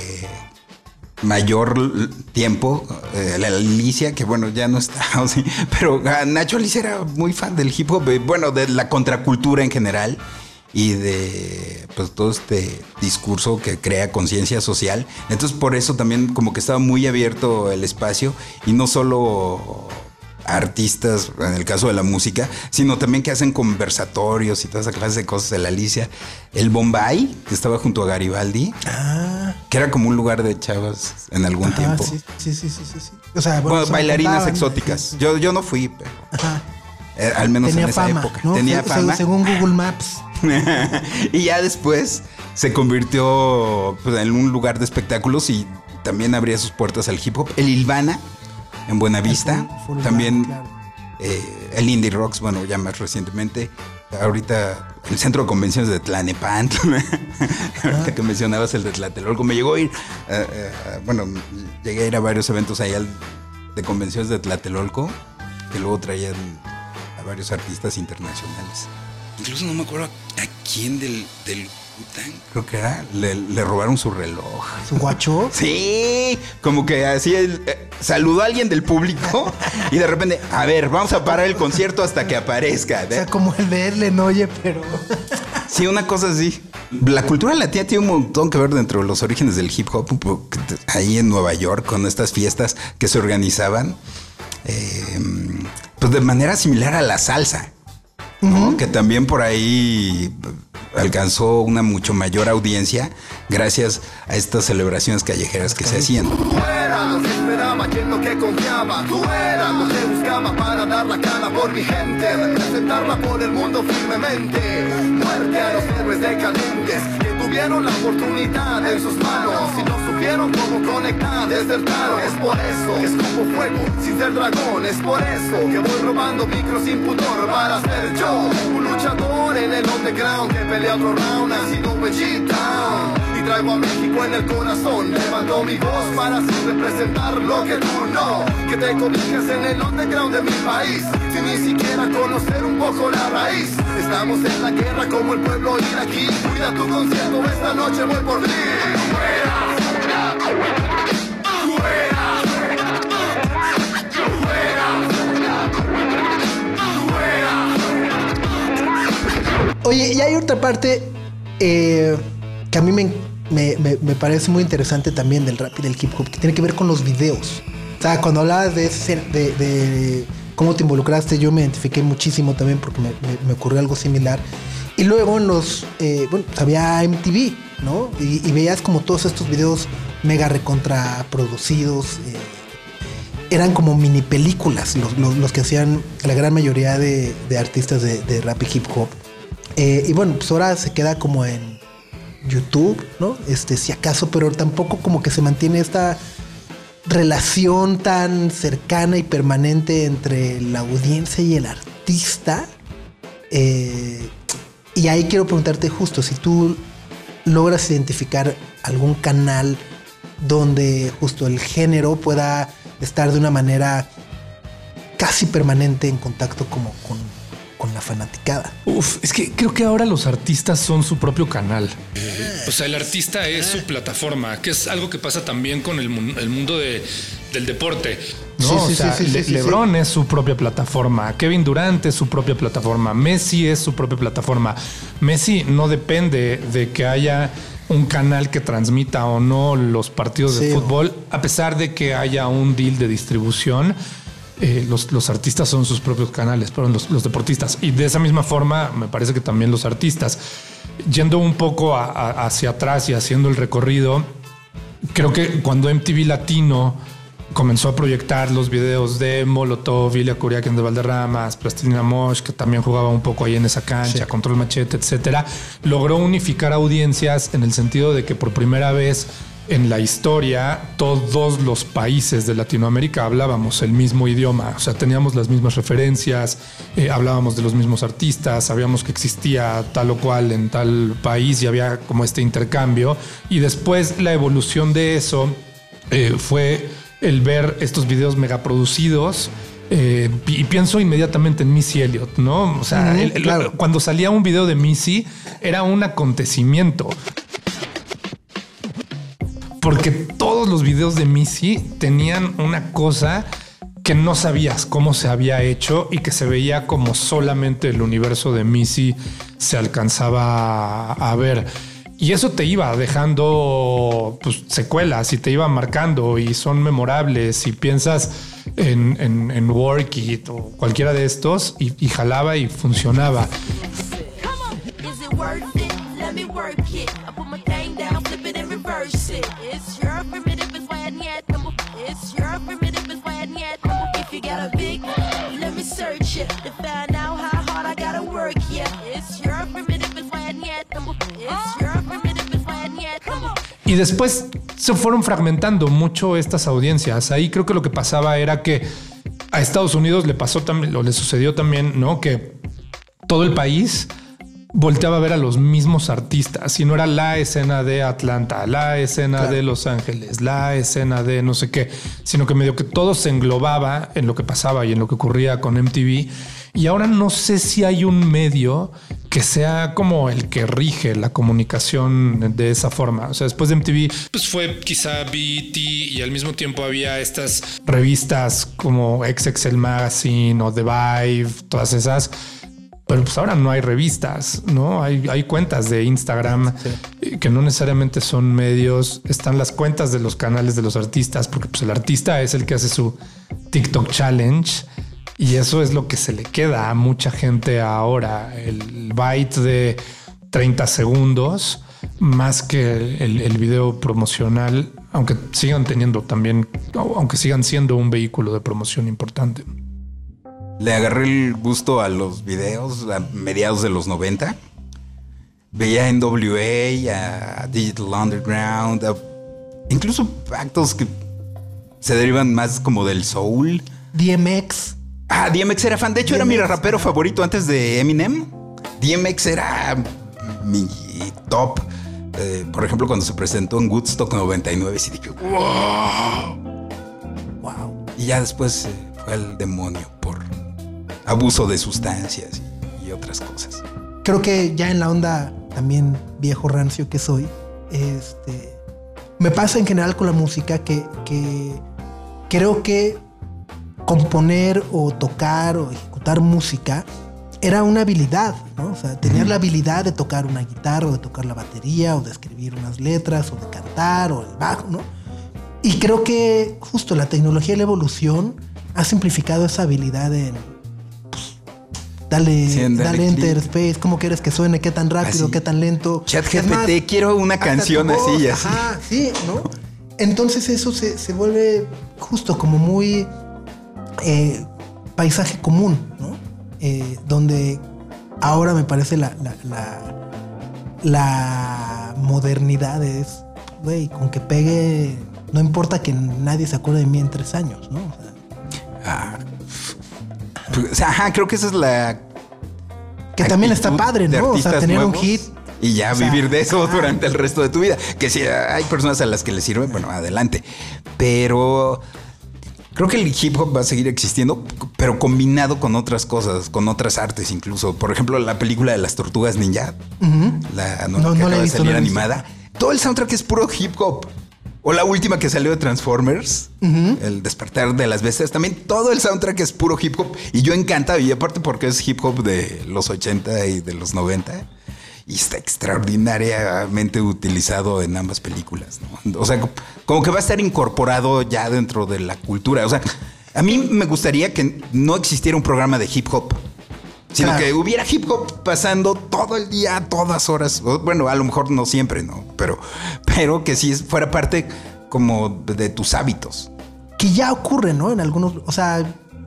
mayor tiempo, la Alicia, que bueno, ya no está, ¿sí? Pero Nacho Alicia era muy fan del hip hop, bueno, de la contracultura en general y de pues todo este discurso que crea conciencia social. Entonces por eso también como que estaba muy abierto el espacio, y no solo artistas, en el caso de la música, sino también que hacen conversatorios y toda esa clase de cosas de la Alicia. El Bombay, que estaba junto a Garibaldi, que era como un lugar de chavas en algún tiempo. Sí. O sea, bueno, bailarinas exóticas. Yo no fui, pero al menos tenía en esa fama, época. ¿no? Tenía fama. Según Google Maps. Y ya después se convirtió pues, en un lugar de espectáculos, y también abría sus puertas al hip hop. El Ilvana, en Buenavista, también claro. El Indie Rocks, bueno, ya más recientemente. Ahorita el Centro de Convenciones de Tlalnepantla, ahorita que mencionabas el de Tlatelolco, me llegó a ir, bueno, llegué a ir a varios eventos allá de convenciones de Tlatelolco, que luego traían a varios artistas internacionales. Incluso no me acuerdo a quién del Wu-Tang, creo que era, le robaron su reloj. ¿Su guacho? Sí, como que así saludó a alguien del público y de repente, a ver, vamos a parar el concierto hasta que aparezca. O sea, como el de Erlen, oye, pero... Sí, una cosa así. La cultura latina tiene un montón que ver dentro de los orígenes del hip hop. Ahí en Nueva York, con estas fiestas que se organizaban, pues de manera similar a la salsa, ¿no? Que también por ahí alcanzó una mucho mayor audiencia gracias a estas celebraciones callejeras que se hacían. Tú eras lo que esperaba y en lo que confiaba. Tú eras lo que buscaba para dar la cara por mi gente, representarla por el mundo firmemente. Muerte a los héroes decadentes que tuvieron la oportunidad en sus manos y no supieron cómo conectar, desertaron. Es por eso que escupo fuego sin ser dragón. Es por eso que voy robando micros sin pudor para ser yo un luchador en el underground que pelea otro round. Ha sido G-Town y traigo a México en el corazón. Levanto mi voz para así representar lo que tú no. Que te cobijas en el underground de mi país sin ni siquiera conocer un poco la raíz. Estamos en la guerra como el pueblo iraquí. Cuida tu concierto, esta noche voy por ti. Oye, y hay otra parte que a mí me parece muy interesante también del rap y del hip hop, que tiene que ver con los videos. O sea, cuando hablabas de cómo te involucraste, yo me identifiqué muchísimo también porque me ocurrió algo similar. Y luego en los, bueno, había MTV, ¿no? Y veías como todos estos videos mega recontra producidos. Eran como mini películas los que hacían la gran mayoría de artistas de rap y hip hop. Y bueno, pues ahora se queda como en YouTube, ¿no? Si acaso, pero tampoco como que se mantiene esta relación tan cercana y permanente entre la audiencia y el artista. Y ahí quiero preguntarte justo si tú logras identificar algún canal donde justo el género pueda estar de una manera casi permanente en contacto como con la fanaticada. Es que creo que ahora los artistas son su propio canal. O sea, el artista es su plataforma, que es algo que pasa también con el mundo del deporte. ¿No? LeBron es su propia plataforma, Kevin Durant es su propia plataforma, Messi es su propia plataforma. Messi no depende de que haya un canal que transmita o no los partidos de fútbol, a pesar de que haya un deal de distribución. Los artistas son sus propios canales, pero los deportistas. Y de esa misma forma, me parece que también los artistas, yendo un poco hacia atrás y haciendo el recorrido, creo que cuando MTV Latino comenzó a proyectar los videos de Molotov, Ilia Kuriakin de Valderramas, Plastilina Mosh, que también jugaba un poco ahí en esa cancha, Control Machete, etcétera, logró unificar audiencias en el sentido de que por primera vez en la historia todos los países de Latinoamérica hablábamos el mismo idioma, o sea, teníamos las mismas referencias, hablábamos de los mismos artistas, sabíamos que existía tal o cual en tal país y había como este intercambio. Y después la evolución de eso fue el ver estos videos megaproducidos. Y pienso inmediatamente en Missy Elliott, ¿no? O sea, claro. Cuando salía un video de Missy era un acontecimiento. Porque todos los videos de Missy tenían una cosa que no sabías cómo se había hecho y que se veía como solamente el universo de Missy se alcanzaba a ver. Y eso te iba dejando pues, secuelas y te iba marcando y son memorables. Si piensas en Work It o cualquiera de estos y jalaba y funcionaba. Y después se fueron fragmentando mucho estas audiencias. Ahí creo que lo que pasaba era que a Estados Unidos le pasó también, o le sucedió también, ¿no? Que todo el país volteaba a ver a los mismos artistas y no era la escena de Atlanta, la escena de Los Ángeles, la escena de no sé qué, sino que medio que todo se englobaba en lo que pasaba y en lo que ocurría con MTV. Y ahora no sé si hay un medio que sea como el que rige la comunicación de esa forma. O sea, después de MTV, pues fue quizá BET y al mismo tiempo había estas revistas como XXL Magazine o The Vibe, todas esas. Pero pues ahora no hay revistas, ¿no? Hay cuentas de Instagram que no necesariamente son medios. Están las cuentas de los canales de los artistas, porque pues el artista es el que hace su TikTok Challenge y eso es lo que se le queda a mucha gente ahora. El byte de 30 segundos más que el video promocional, aunque sigan teniendo también, aunque sigan siendo un vehículo de promoción importante. Le agarré el gusto a los videos a mediados de los 90. Veía NWA, a Digital Underground, incluso actos que se derivan más como del soul. DMX. DMX era fan. De hecho, DMX era mi rapero favorito antes de Eminem. DMX era mi top. Por ejemplo, cuando se presentó en Woodstock 99, sí dije, wow. Y ya después fue al demonio por abuso de sustancias y otras cosas. Creo que ya en la onda también viejo rancio que soy, me pasa en general con la música que creo que componer o tocar o ejecutar música era una habilidad, ¿no? O sea, tener la habilidad de tocar una guitarra o de tocar la batería o de escribir unas letras o de cantar o el bajo, ¿no? Y creo que justo la tecnología y la evolución ha simplificado esa habilidad en dale enter, space, cómo quieres que suene, qué tan rápido, así. Qué tan lento. ChatGPT, quiero una canción así y así. Ajá, sí, ¿no? Entonces eso se vuelve justo como muy paisaje común, ¿no? Donde ahora me parece la modernidad es, güey, con que pegue, no importa que nadie se acuerde de mí en 3 años, ¿no? Creo que esa es la... Que también está padre, ¿no? O sea, tener un hit. Y ya vivir de eso durante el resto de tu vida. Que si hay personas a las que les sirve, bueno, adelante. Pero creo que el hip hop va a seguir existiendo, pero combinado con otras cosas, con otras artes incluso. Por ejemplo, la película de las Tortugas Ninja, la que acaba de salir animada. Todo el soundtrack es puro hip hop. O la última que salió de Transformers, El Despertar de las Bestias, también todo el soundtrack es puro hip hop. Y yo encantado, y aparte porque es hip hop de los 80 y de los 90. Y está extraordinariamente utilizado en ambas películas, ¿no? O sea, como que va a estar incorporado ya dentro de la cultura. O sea, a mí me gustaría que no existiera un programa de hip hop, sino que hubiera hip hop pasando todo el día, todas horas. Bueno, a lo mejor no siempre, ¿no? Pero que sí fuera parte como de tus hábitos. Que ya ocurre, ¿no? En algunos, o sea,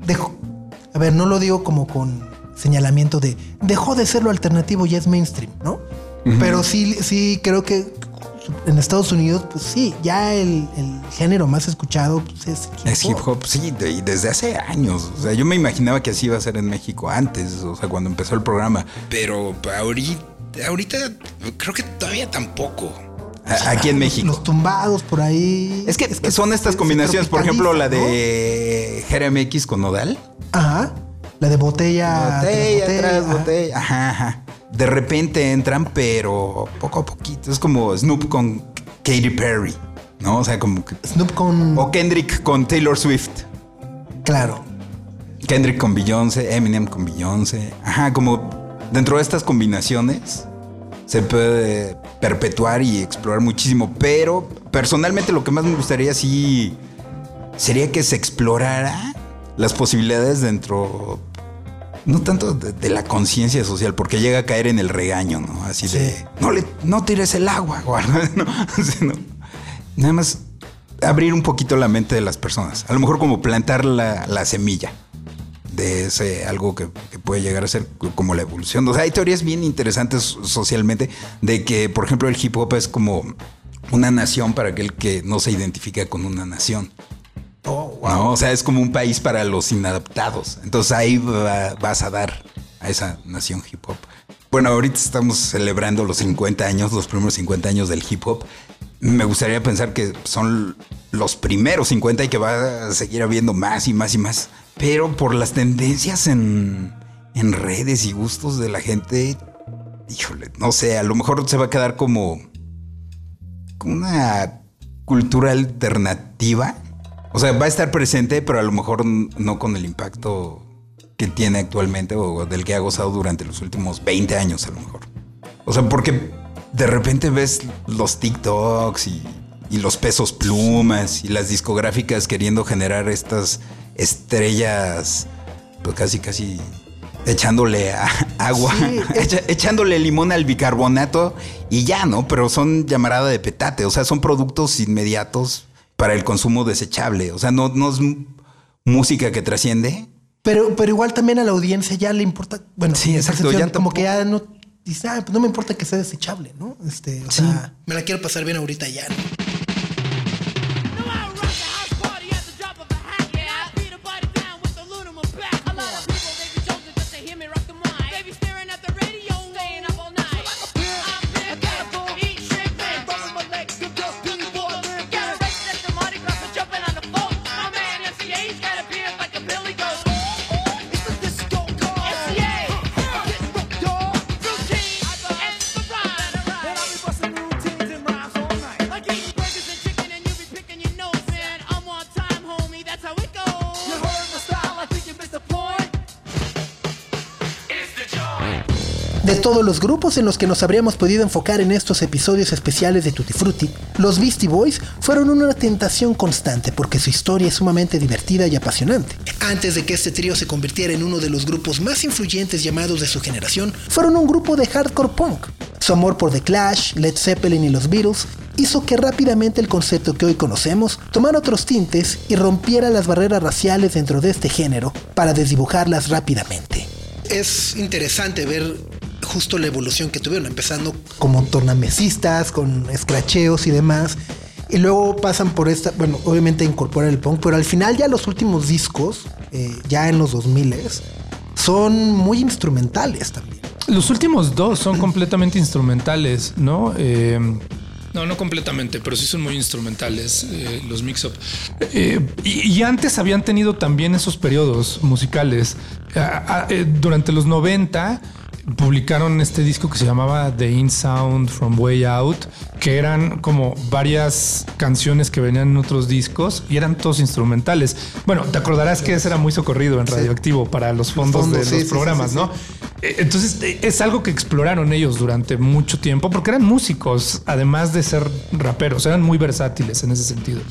a ver, no lo digo como con señalamiento de dejó de ser lo alternativo, ya es mainstream, ¿no? Pero sí creo que en Estados Unidos, pues sí, ya el género más escuchado pues, es hip hop, sí, y desde hace años. O sea, yo me imaginaba que así iba a ser en México antes, o sea, cuando empezó el programa. Pero ahorita creo que todavía tampoco. Aquí en México. Los tumbados por ahí. Es que son estas combinaciones, por ejemplo, la de Jeremy X con Nodal. Ajá. La de botella tras botella. Ajá. De repente entran, pero poco a poquito. Es como Snoop con Katy Perry, ¿no? O sea, como que Snoop con... O Kendrick con Taylor Swift. Claro. Kendrick con Beyoncé, Eminem con Beyoncé. Ajá, como dentro de estas combinaciones se puede perpetuar y explorar muchísimo. Pero personalmente lo que más me gustaría sí sería que se explorara las posibilidades dentro... No tanto de la conciencia social, porque llega a caer en el regaño, ¿no? Así de no tires el agua o algo, ¿no? No. Nada más abrir un poquito la mente de las personas. A lo mejor como plantar la semilla de ese algo que puede llegar a ser como la evolución. O sea, hay teorías bien interesantes socialmente de que, por ejemplo, el hip hop es como una nación para aquel que no se identifica con una nación. Oh, wow. No, o sea, es como un país para los inadaptados. Entonces ahí vas a dar a esa nación hip hop. Bueno, ahorita estamos celebrando los 50 años, los primeros 50 años del hip hop. Me gustaría pensar que son los primeros 50 y que va a seguir habiendo más y más y más. Pero por las tendencias en redes y gustos de la gente, híjole, no sé, a lo mejor se va a quedar como una cultura alternativa. O sea, va a estar presente, pero a lo mejor no con el impacto que tiene actualmente o del que ha gozado durante los últimos 20 años a lo mejor. O sea, porque de repente ves los TikToks y los pesos plumas y las discográficas queriendo generar estas estrellas, pues casi echándole agua, sí. Echándole limón al bicarbonato y ya, ¿no? Pero son llamarada de petate, o sea, son productos inmediatos para el consumo desechable. O sea, no es música que trasciende. Pero igual también a la audiencia ya le importa. Bueno, sí, exacto. Ya como que ya no dice, pues no me importa que sea desechable, ¿no? O sea, me la quiero pasar bien ahorita ya, ¿no? De todos los grupos en los que nos habríamos podido enfocar en estos episodios especiales de Tutti Frutti, los Beastie Boys fueron una tentación constante porque su historia es sumamente divertida y apasionante. Antes de que este trío se convirtiera en uno de los grupos más influyentes llamados de su generación, fueron un grupo de hardcore punk. Su amor por The Clash, Led Zeppelin y los Beatles hizo que rápidamente el concepto que hoy conocemos tomara otros tintes y rompiera las barreras raciales dentro de este género para desdibujarlas rápidamente. Es interesante ver justo la evolución que tuvieron, empezando como tornamesistas, con escracheos y demás, y luego pasan por esta, bueno, obviamente incorporan el punk, pero al final ya los últimos discos, ya en los 2000s, son muy instrumentales también. Los últimos dos son completamente instrumentales, ¿no? No completamente, pero sí son muy instrumentales los mix-up. Y antes habían tenido también esos periodos musicales. Durante los 90 publicaron este disco que se llamaba The In Sound From Way Out, que eran como varias canciones que venían en otros discos y eran todos instrumentales. Bueno, te acordarás que ese era muy socorrido en Radioactivo para los fondos de los programas, ¿no? Entonces es algo que exploraron ellos durante mucho tiempo porque eran músicos, además de ser raperos, eran muy versátiles en ese sentido.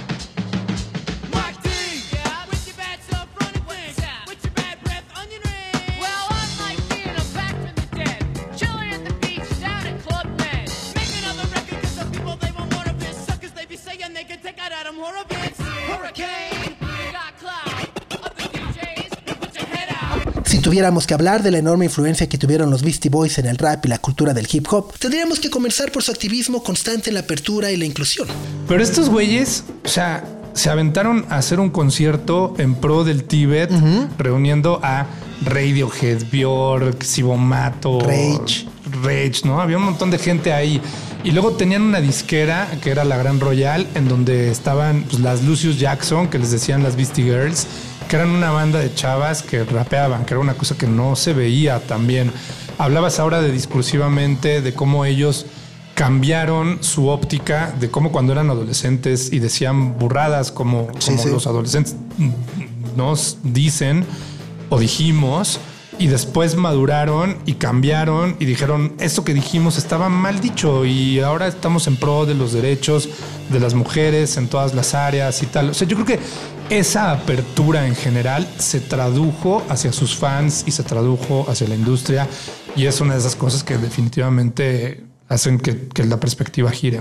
Si tuviéramos que hablar de la enorme influencia que tuvieron los Beastie Boys en el rap y la cultura del hip hop, tendríamos que comenzar por su activismo constante en la apertura y la inclusión. Pero estos güeyes, o sea, se aventaron a hacer un concierto en pro del Tíbet, reuniendo a Radiohead, Björk, Sibomato, Rage, ¿no? Había un montón de gente ahí. Y luego tenían una disquera que era la Gran Royal, en donde estaban pues, las Lucius Jackson, que les decían las Beastie Girls, que eran una banda de chavas que rapeaban, que era una cosa que no se veía también. Hablabas ahora de discursivamente de cómo ellos cambiaron su óptica, de cómo cuando eran adolescentes y decían burradas como los adolescentes nos dicen o dijimos, y después maduraron y cambiaron y dijeron esto que dijimos estaba mal dicho y ahora estamos en pro de los derechos de las mujeres en todas las áreas y tal. O sea, yo creo que esa apertura en general se tradujo hacia sus fans y se tradujo hacia la industria, y es una de esas cosas que definitivamente hacen que la perspectiva gire.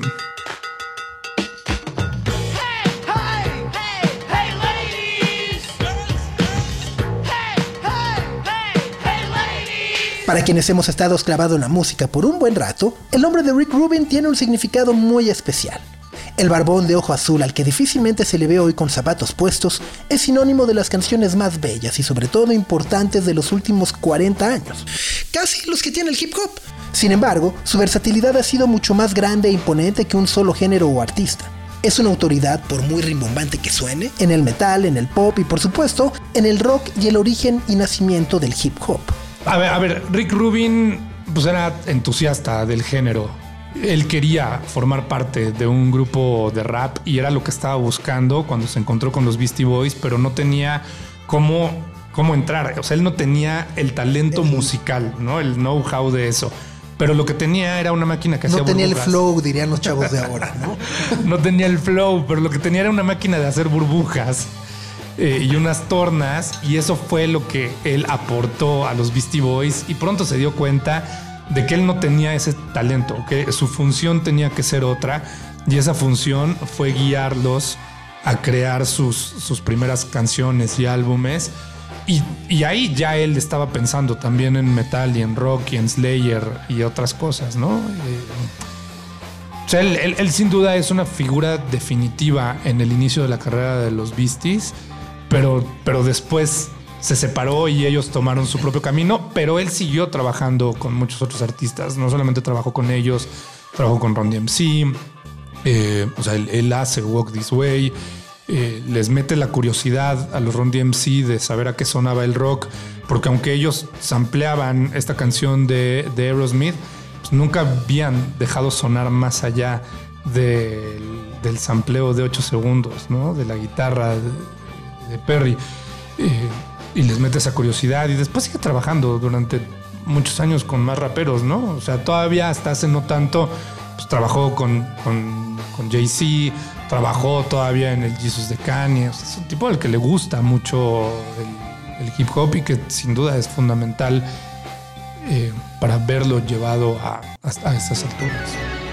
Para quienes hemos estado esclavados en la música por un buen rato, el nombre de Rick Rubin tiene un significado muy especial. El barbón de ojo azul al que difícilmente se le ve hoy con zapatos puestos es sinónimo de las canciones más bellas y sobre todo importantes de los últimos 40 años, casi los que tiene el hip hop. Sin embargo, su versatilidad ha sido mucho más grande e imponente que un solo género o artista. Es una autoridad, por muy rimbombante que suene, en el metal, en el pop y por supuesto en el rock y el origen y nacimiento del hip hop. A ver, Rick Rubin pues era entusiasta del género. Él quería formar parte de un grupo de rap y era lo que estaba buscando cuando se encontró con los Beastie Boys, pero no tenía cómo cómo entrar. O sea, él no tenía el talento musical, ¿no? El know-how de eso. Pero lo que tenía era una máquina que hacía burbujas. No tenía el flow, dirían los chavos de ahora, ¿no? No tenía el flow, pero lo que tenía era una máquina de hacer burbujas y unas tornas. Y eso fue lo que él aportó a los Beastie Boys. Y pronto se dio cuenta de que él no tenía ese talento, que su función tenía que ser otra. Y esa función fue guiarlos a crear sus primeras canciones y álbumes. Y ahí ya él estaba pensando también en metal y en rock y en Slayer y otras cosas, ¿no? O sea, él sin duda es una figura definitiva en el inicio de la carrera de los Beasties, pero después se separó y ellos tomaron su propio camino, pero él siguió trabajando con muchos otros artistas. No solamente trabajó con ellos, trabajó con Run DMC, o sea, él hace Walk This Way. Les mete la curiosidad a los Run DMC de saber a qué sonaba el rock, porque aunque ellos sampleaban esta canción de Aerosmith, pues nunca habían dejado sonar más allá del sampleo de 8 segundos, ¿no? De la guitarra de Perry. Y les mete esa curiosidad y después sigue trabajando durante muchos años con más raperos, ¿no? O sea, todavía hasta hace no tanto, pues trabajó con Jay-Z, trabajó todavía en el Jesus de Kanye. O sea, es un tipo al que le gusta mucho el hip hop y que sin duda es fundamental para verlo llevado a estas alturas.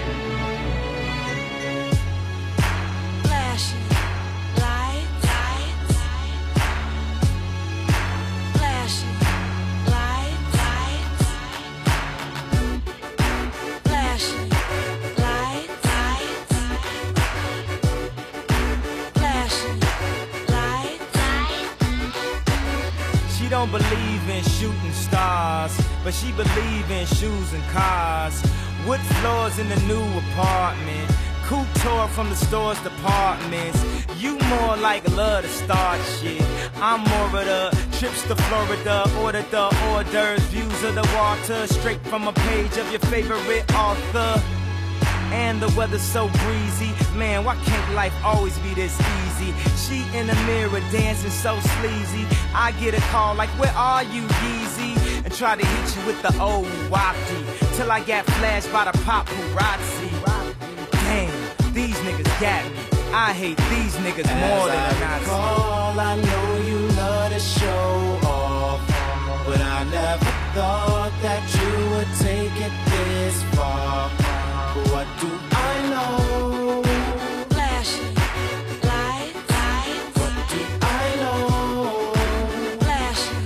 Don't believe in shooting stars, but she believe in shoes and cars. Wood floors in the new apartment, couture from the store's departments. You more like love to start shit, I'm more of the trips to Florida, order the hors d'oeuvres, views of the water, straight from a page of your favorite author. And the weather's so breezy, man, why can't life always be this easy? She in the mirror dancing so sleazy, I get a call like, where are you, Yeezy? And try to hit you with the old wafty, till I got flashed by the paparazzi. Damn, these niggas got me, I hate these niggas more than a Nazi. Call, I know you love to show off, but I never thought that you would take it this far. What do I know? Flashing lights. What do I know? Flashing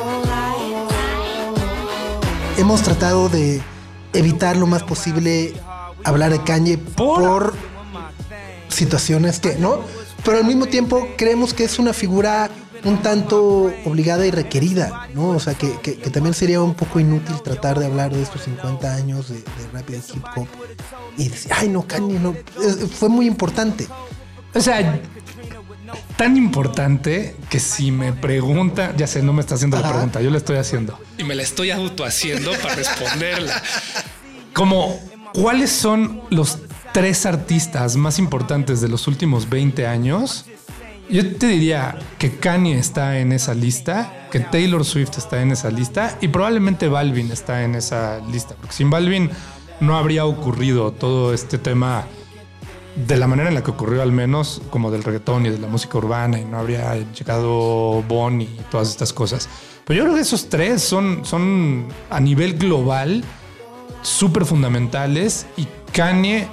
lights. Hemos tratado de evitar lo más posible hablar de Kanye por situaciones que, ¿no? Pero al mismo tiempo creemos que es una figura un tanto obligada y requerida, ¿no? O sea, que también sería un poco inútil tratar de hablar de estos 50 años de rap y de hip hop y decir, ay, no, Kanye, no, fue muy importante. O sea, tan importante que si me pregunta, ya sé, no me está haciendo la pregunta, yo la estoy haciendo. Y me la estoy autohaciendo para responderla. Como, ¿cuáles son los 3 artistas más importantes de los últimos 20 años? Yo te diría que Kanye está en esa lista, que Taylor Swift está en esa lista y probablemente Balvin está en esa lista. Porque sin Balvin no habría ocurrido todo este tema de la manera en la que ocurrió, al menos como del reggaetón y de la música urbana, y no habría llegado Bonnie y todas estas cosas. Pero yo creo que esos 3 son a nivel global súper fundamentales y Kanye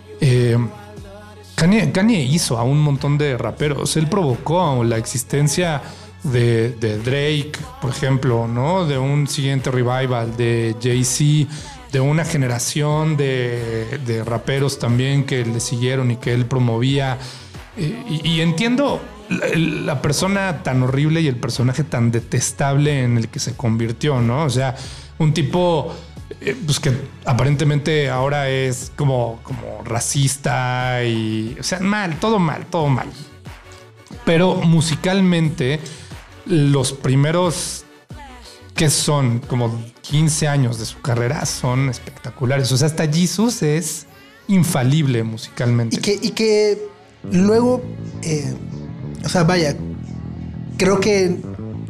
hizo a un montón de raperos. Él provocó la existencia de Drake, por ejemplo, ¿no? De un siguiente revival de Jay-Z, de una generación de raperos también que le siguieron y que él promovía. Y entiendo la persona tan horrible y el personaje tan detestable en el que se convirtió, ¿no? O sea, un tipo pues que aparentemente ahora es como racista y, o sea, todo mal. Pero musicalmente, los primeros que son como 15 años de su carrera son espectaculares. O sea, hasta Jesus es infalible musicalmente. Y que luego, o sea, vaya, creo que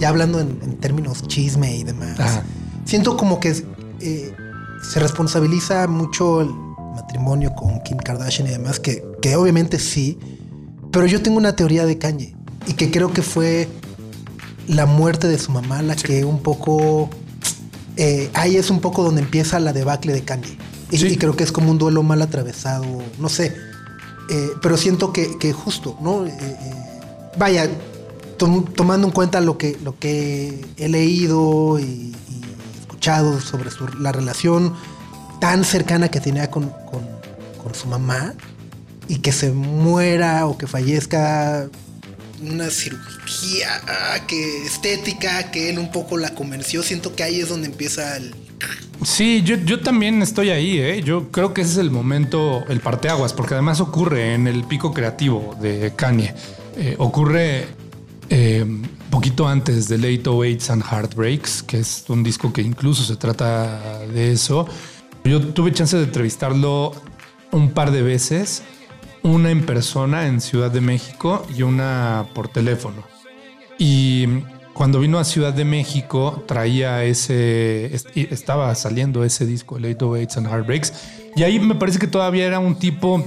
ya hablando en términos chisme y demás, siento como que se responsabiliza mucho el matrimonio con Kim Kardashian y demás, que obviamente sí, pero yo tengo una teoría de Kanye y que creo que fue la muerte de su mamá la que un poco... ahí es un poco donde empieza la debacle de Kanye. Y creo que es como un duelo mal atravesado, no sé. Pero siento que justo, ¿no? Vaya, tomando en cuenta lo que he leído y escuchado sobre la relación tan cercana que tenía con su mamá, y que se muera o que fallezca una cirugía estética que él un poco la convenció. Siento que ahí es donde empieza el... Sí, yo también estoy ahí, Yo creo que ese es el momento, el parteaguas, porque además ocurre en el pico creativo de Kanye. Ocurre poquito antes de Late 08s and Heartbreaks, que es un disco que incluso se trata de eso. Yo tuve chance de entrevistarlo un par de veces, una en persona en Ciudad de México y una por teléfono. Y cuando vino a Ciudad de México traía estaba saliendo ese disco, Late 08s and Heartbreaks, y ahí me parece que todavía era un tipo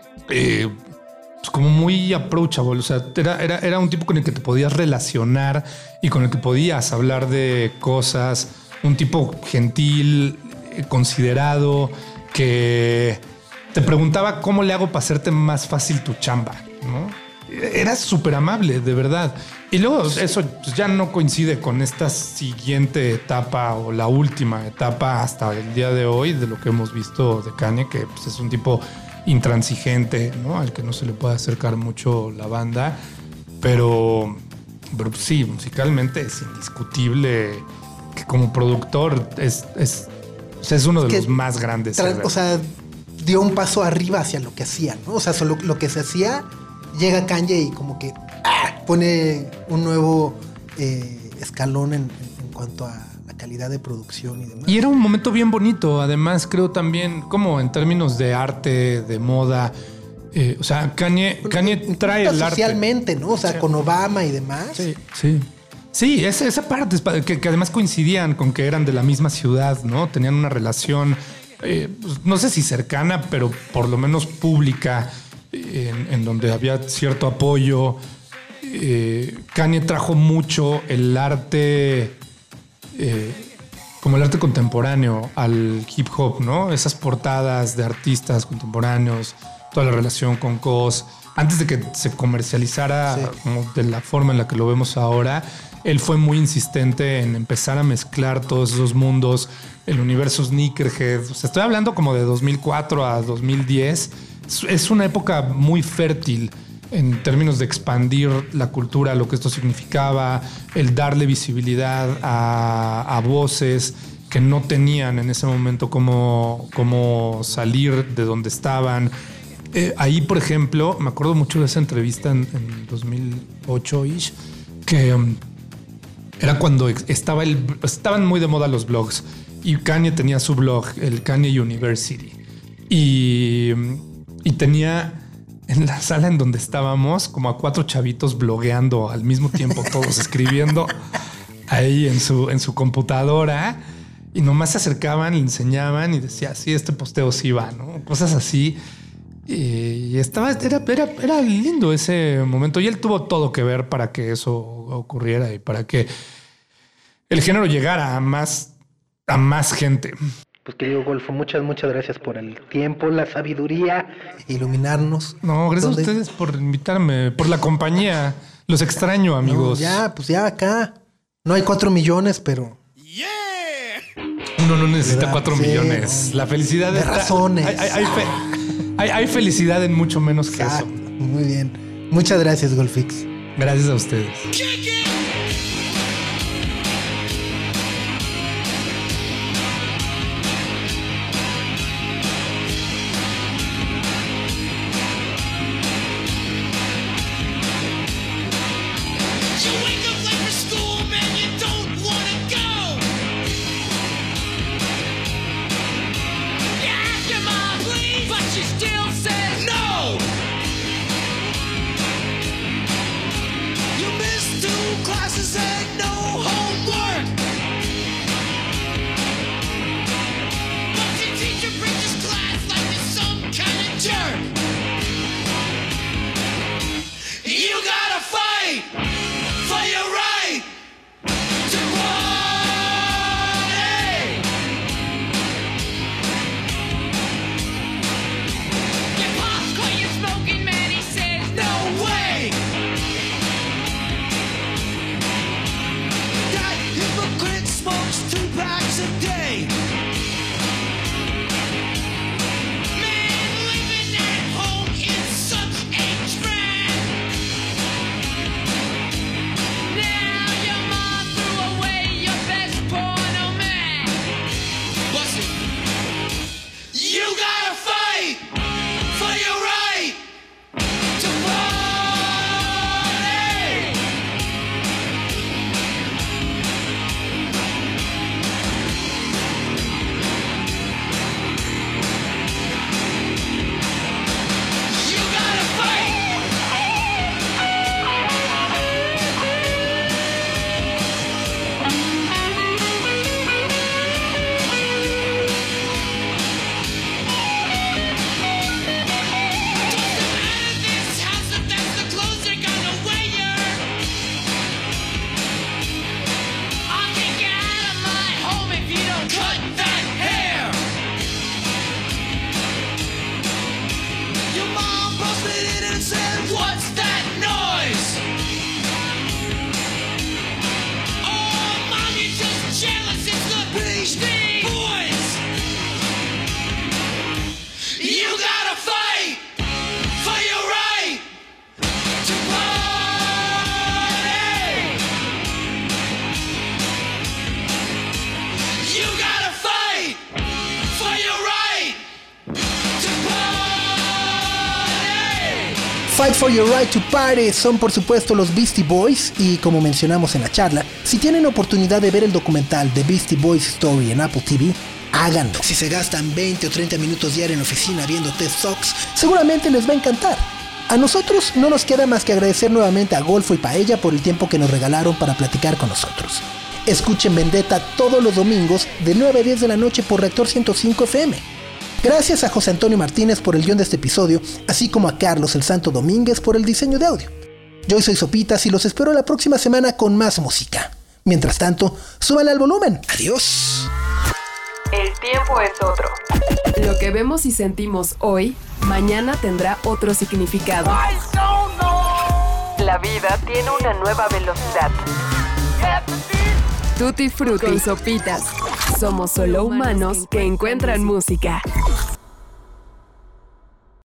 pues como muy approachable. O sea, era un tipo con el que te podías relacionar y con el que podías hablar de cosas, un tipo gentil, considerado, que te preguntaba cómo le hago para hacerte más fácil tu chamba, ¿no? Era súper amable, de verdad. Y luego eso pues, ya no coincide con esta siguiente etapa o la última etapa hasta el día de hoy de lo que hemos visto de Kanye, que pues, es un tipo intransigente, ¿no? Al que no se le puede acercar mucho la banda. Pero sí, musicalmente es indiscutible que como productor es uno de los más grandes. O sea, dio un paso arriba hacia lo que hacía, ¿no? O sea, solo lo que se hacía, llega Kanye y como que pone un nuevo escalón en cuanto a la calidad de producción y demás. Y era un momento bien bonito, además creo también como en términos de arte, de moda. O sea, Kanye trae el arte. Socialmente, ¿no? O sea, con Obama y demás. Sí, esa parte que además coincidían con que eran de la misma ciudad, ¿no? Tenían una relación, no sé si cercana, pero por lo menos pública, en donde había cierto apoyo. Kanye trajo mucho el arte, como el arte contemporáneo al hip hop, ¿no? Esas portadas de artistas contemporáneos, toda la relación con Cos. Antes de que se comercializara como de la forma en la que lo vemos ahora, él fue muy insistente en empezar a mezclar todos esos mundos, el universo Sneakerhead. O sea, estoy hablando como de 2004 a 2010. Es una época muy fértil en términos de expandir la cultura, lo que esto significaba, el darle visibilidad a voces que no tenían en ese momento cómo salir de donde estaban. Ahí, por ejemplo, me acuerdo mucho de esa entrevista en 2008-ish, que era cuando estaban muy de moda los blogs y Kanye tenía su blog, el Kanye University, y tenía en la sala en donde estábamos como a 4 chavitos blogueando al mismo tiempo, todos escribiendo ahí en su computadora, y nomás se acercaban, le enseñaban y decía, sí, este posteo sí va, ¿no? Cosas así. Y era lindo ese momento, y él tuvo todo que ver para que eso ocurriera y para que el género llegara a más gente. Pues querido Golfo, muchas gracias por el tiempo, la sabiduría, iluminarnos. No, gracias a ustedes por invitarme, por la compañía. Los extraño, amigos. No, ya acá. No hay 4 millones, pero... Uno no necesita 4 millones. La felicidad de razones. Hay felicidad en mucho menos que eso. Muy bien. Muchas gracias, Golfix. Gracias a ustedes. Classes and no smokes 2 packs a day. Man, living at home is such a drag. Now your mom threw away your best porno mag. What's it? You gotta fight for your right to party. You gotta fight. This house, if that's the clothes they're gonna wear. I'll kick you out of my home if you don't cut that hair. Your mom busted in and said, "What's that noise?" Oh, Mom, you're just jealous. It's the Beastie Boys. You gotta fight for your right to party. You gotta fight for your right to party. Fight for Your Right to Party son por supuesto los Beastie Boys y como mencionamos en la charla, si tienen oportunidad de ver el documental The Beastie Boys Story en Apple TV, háganlo. Si se gastan 20 o 30 minutos diarios en la oficina viendo TED Talks, seguramente les va a encantar. A nosotros no nos queda más que agradecer nuevamente a Golfo y Paella por el tiempo que nos regalaron para platicar con nosotros. Escuchen Vendetta todos los domingos de 9 a 10 de la noche por Reactor 105 FM. Gracias a José Antonio Martínez por el guión de este episodio, así como a Carlos el Santo Domínguez por el diseño de audio. Yo soy Sopitas y los espero la próxima semana con más música. Mientras tanto, súbanle al volumen. Adiós. El tiempo es otro. Lo que vemos y sentimos hoy, mañana tendrá otro significado. La vida tiene una nueva velocidad. Tutti Frutti y Sopitas. Somos solo humanos que encuentran música.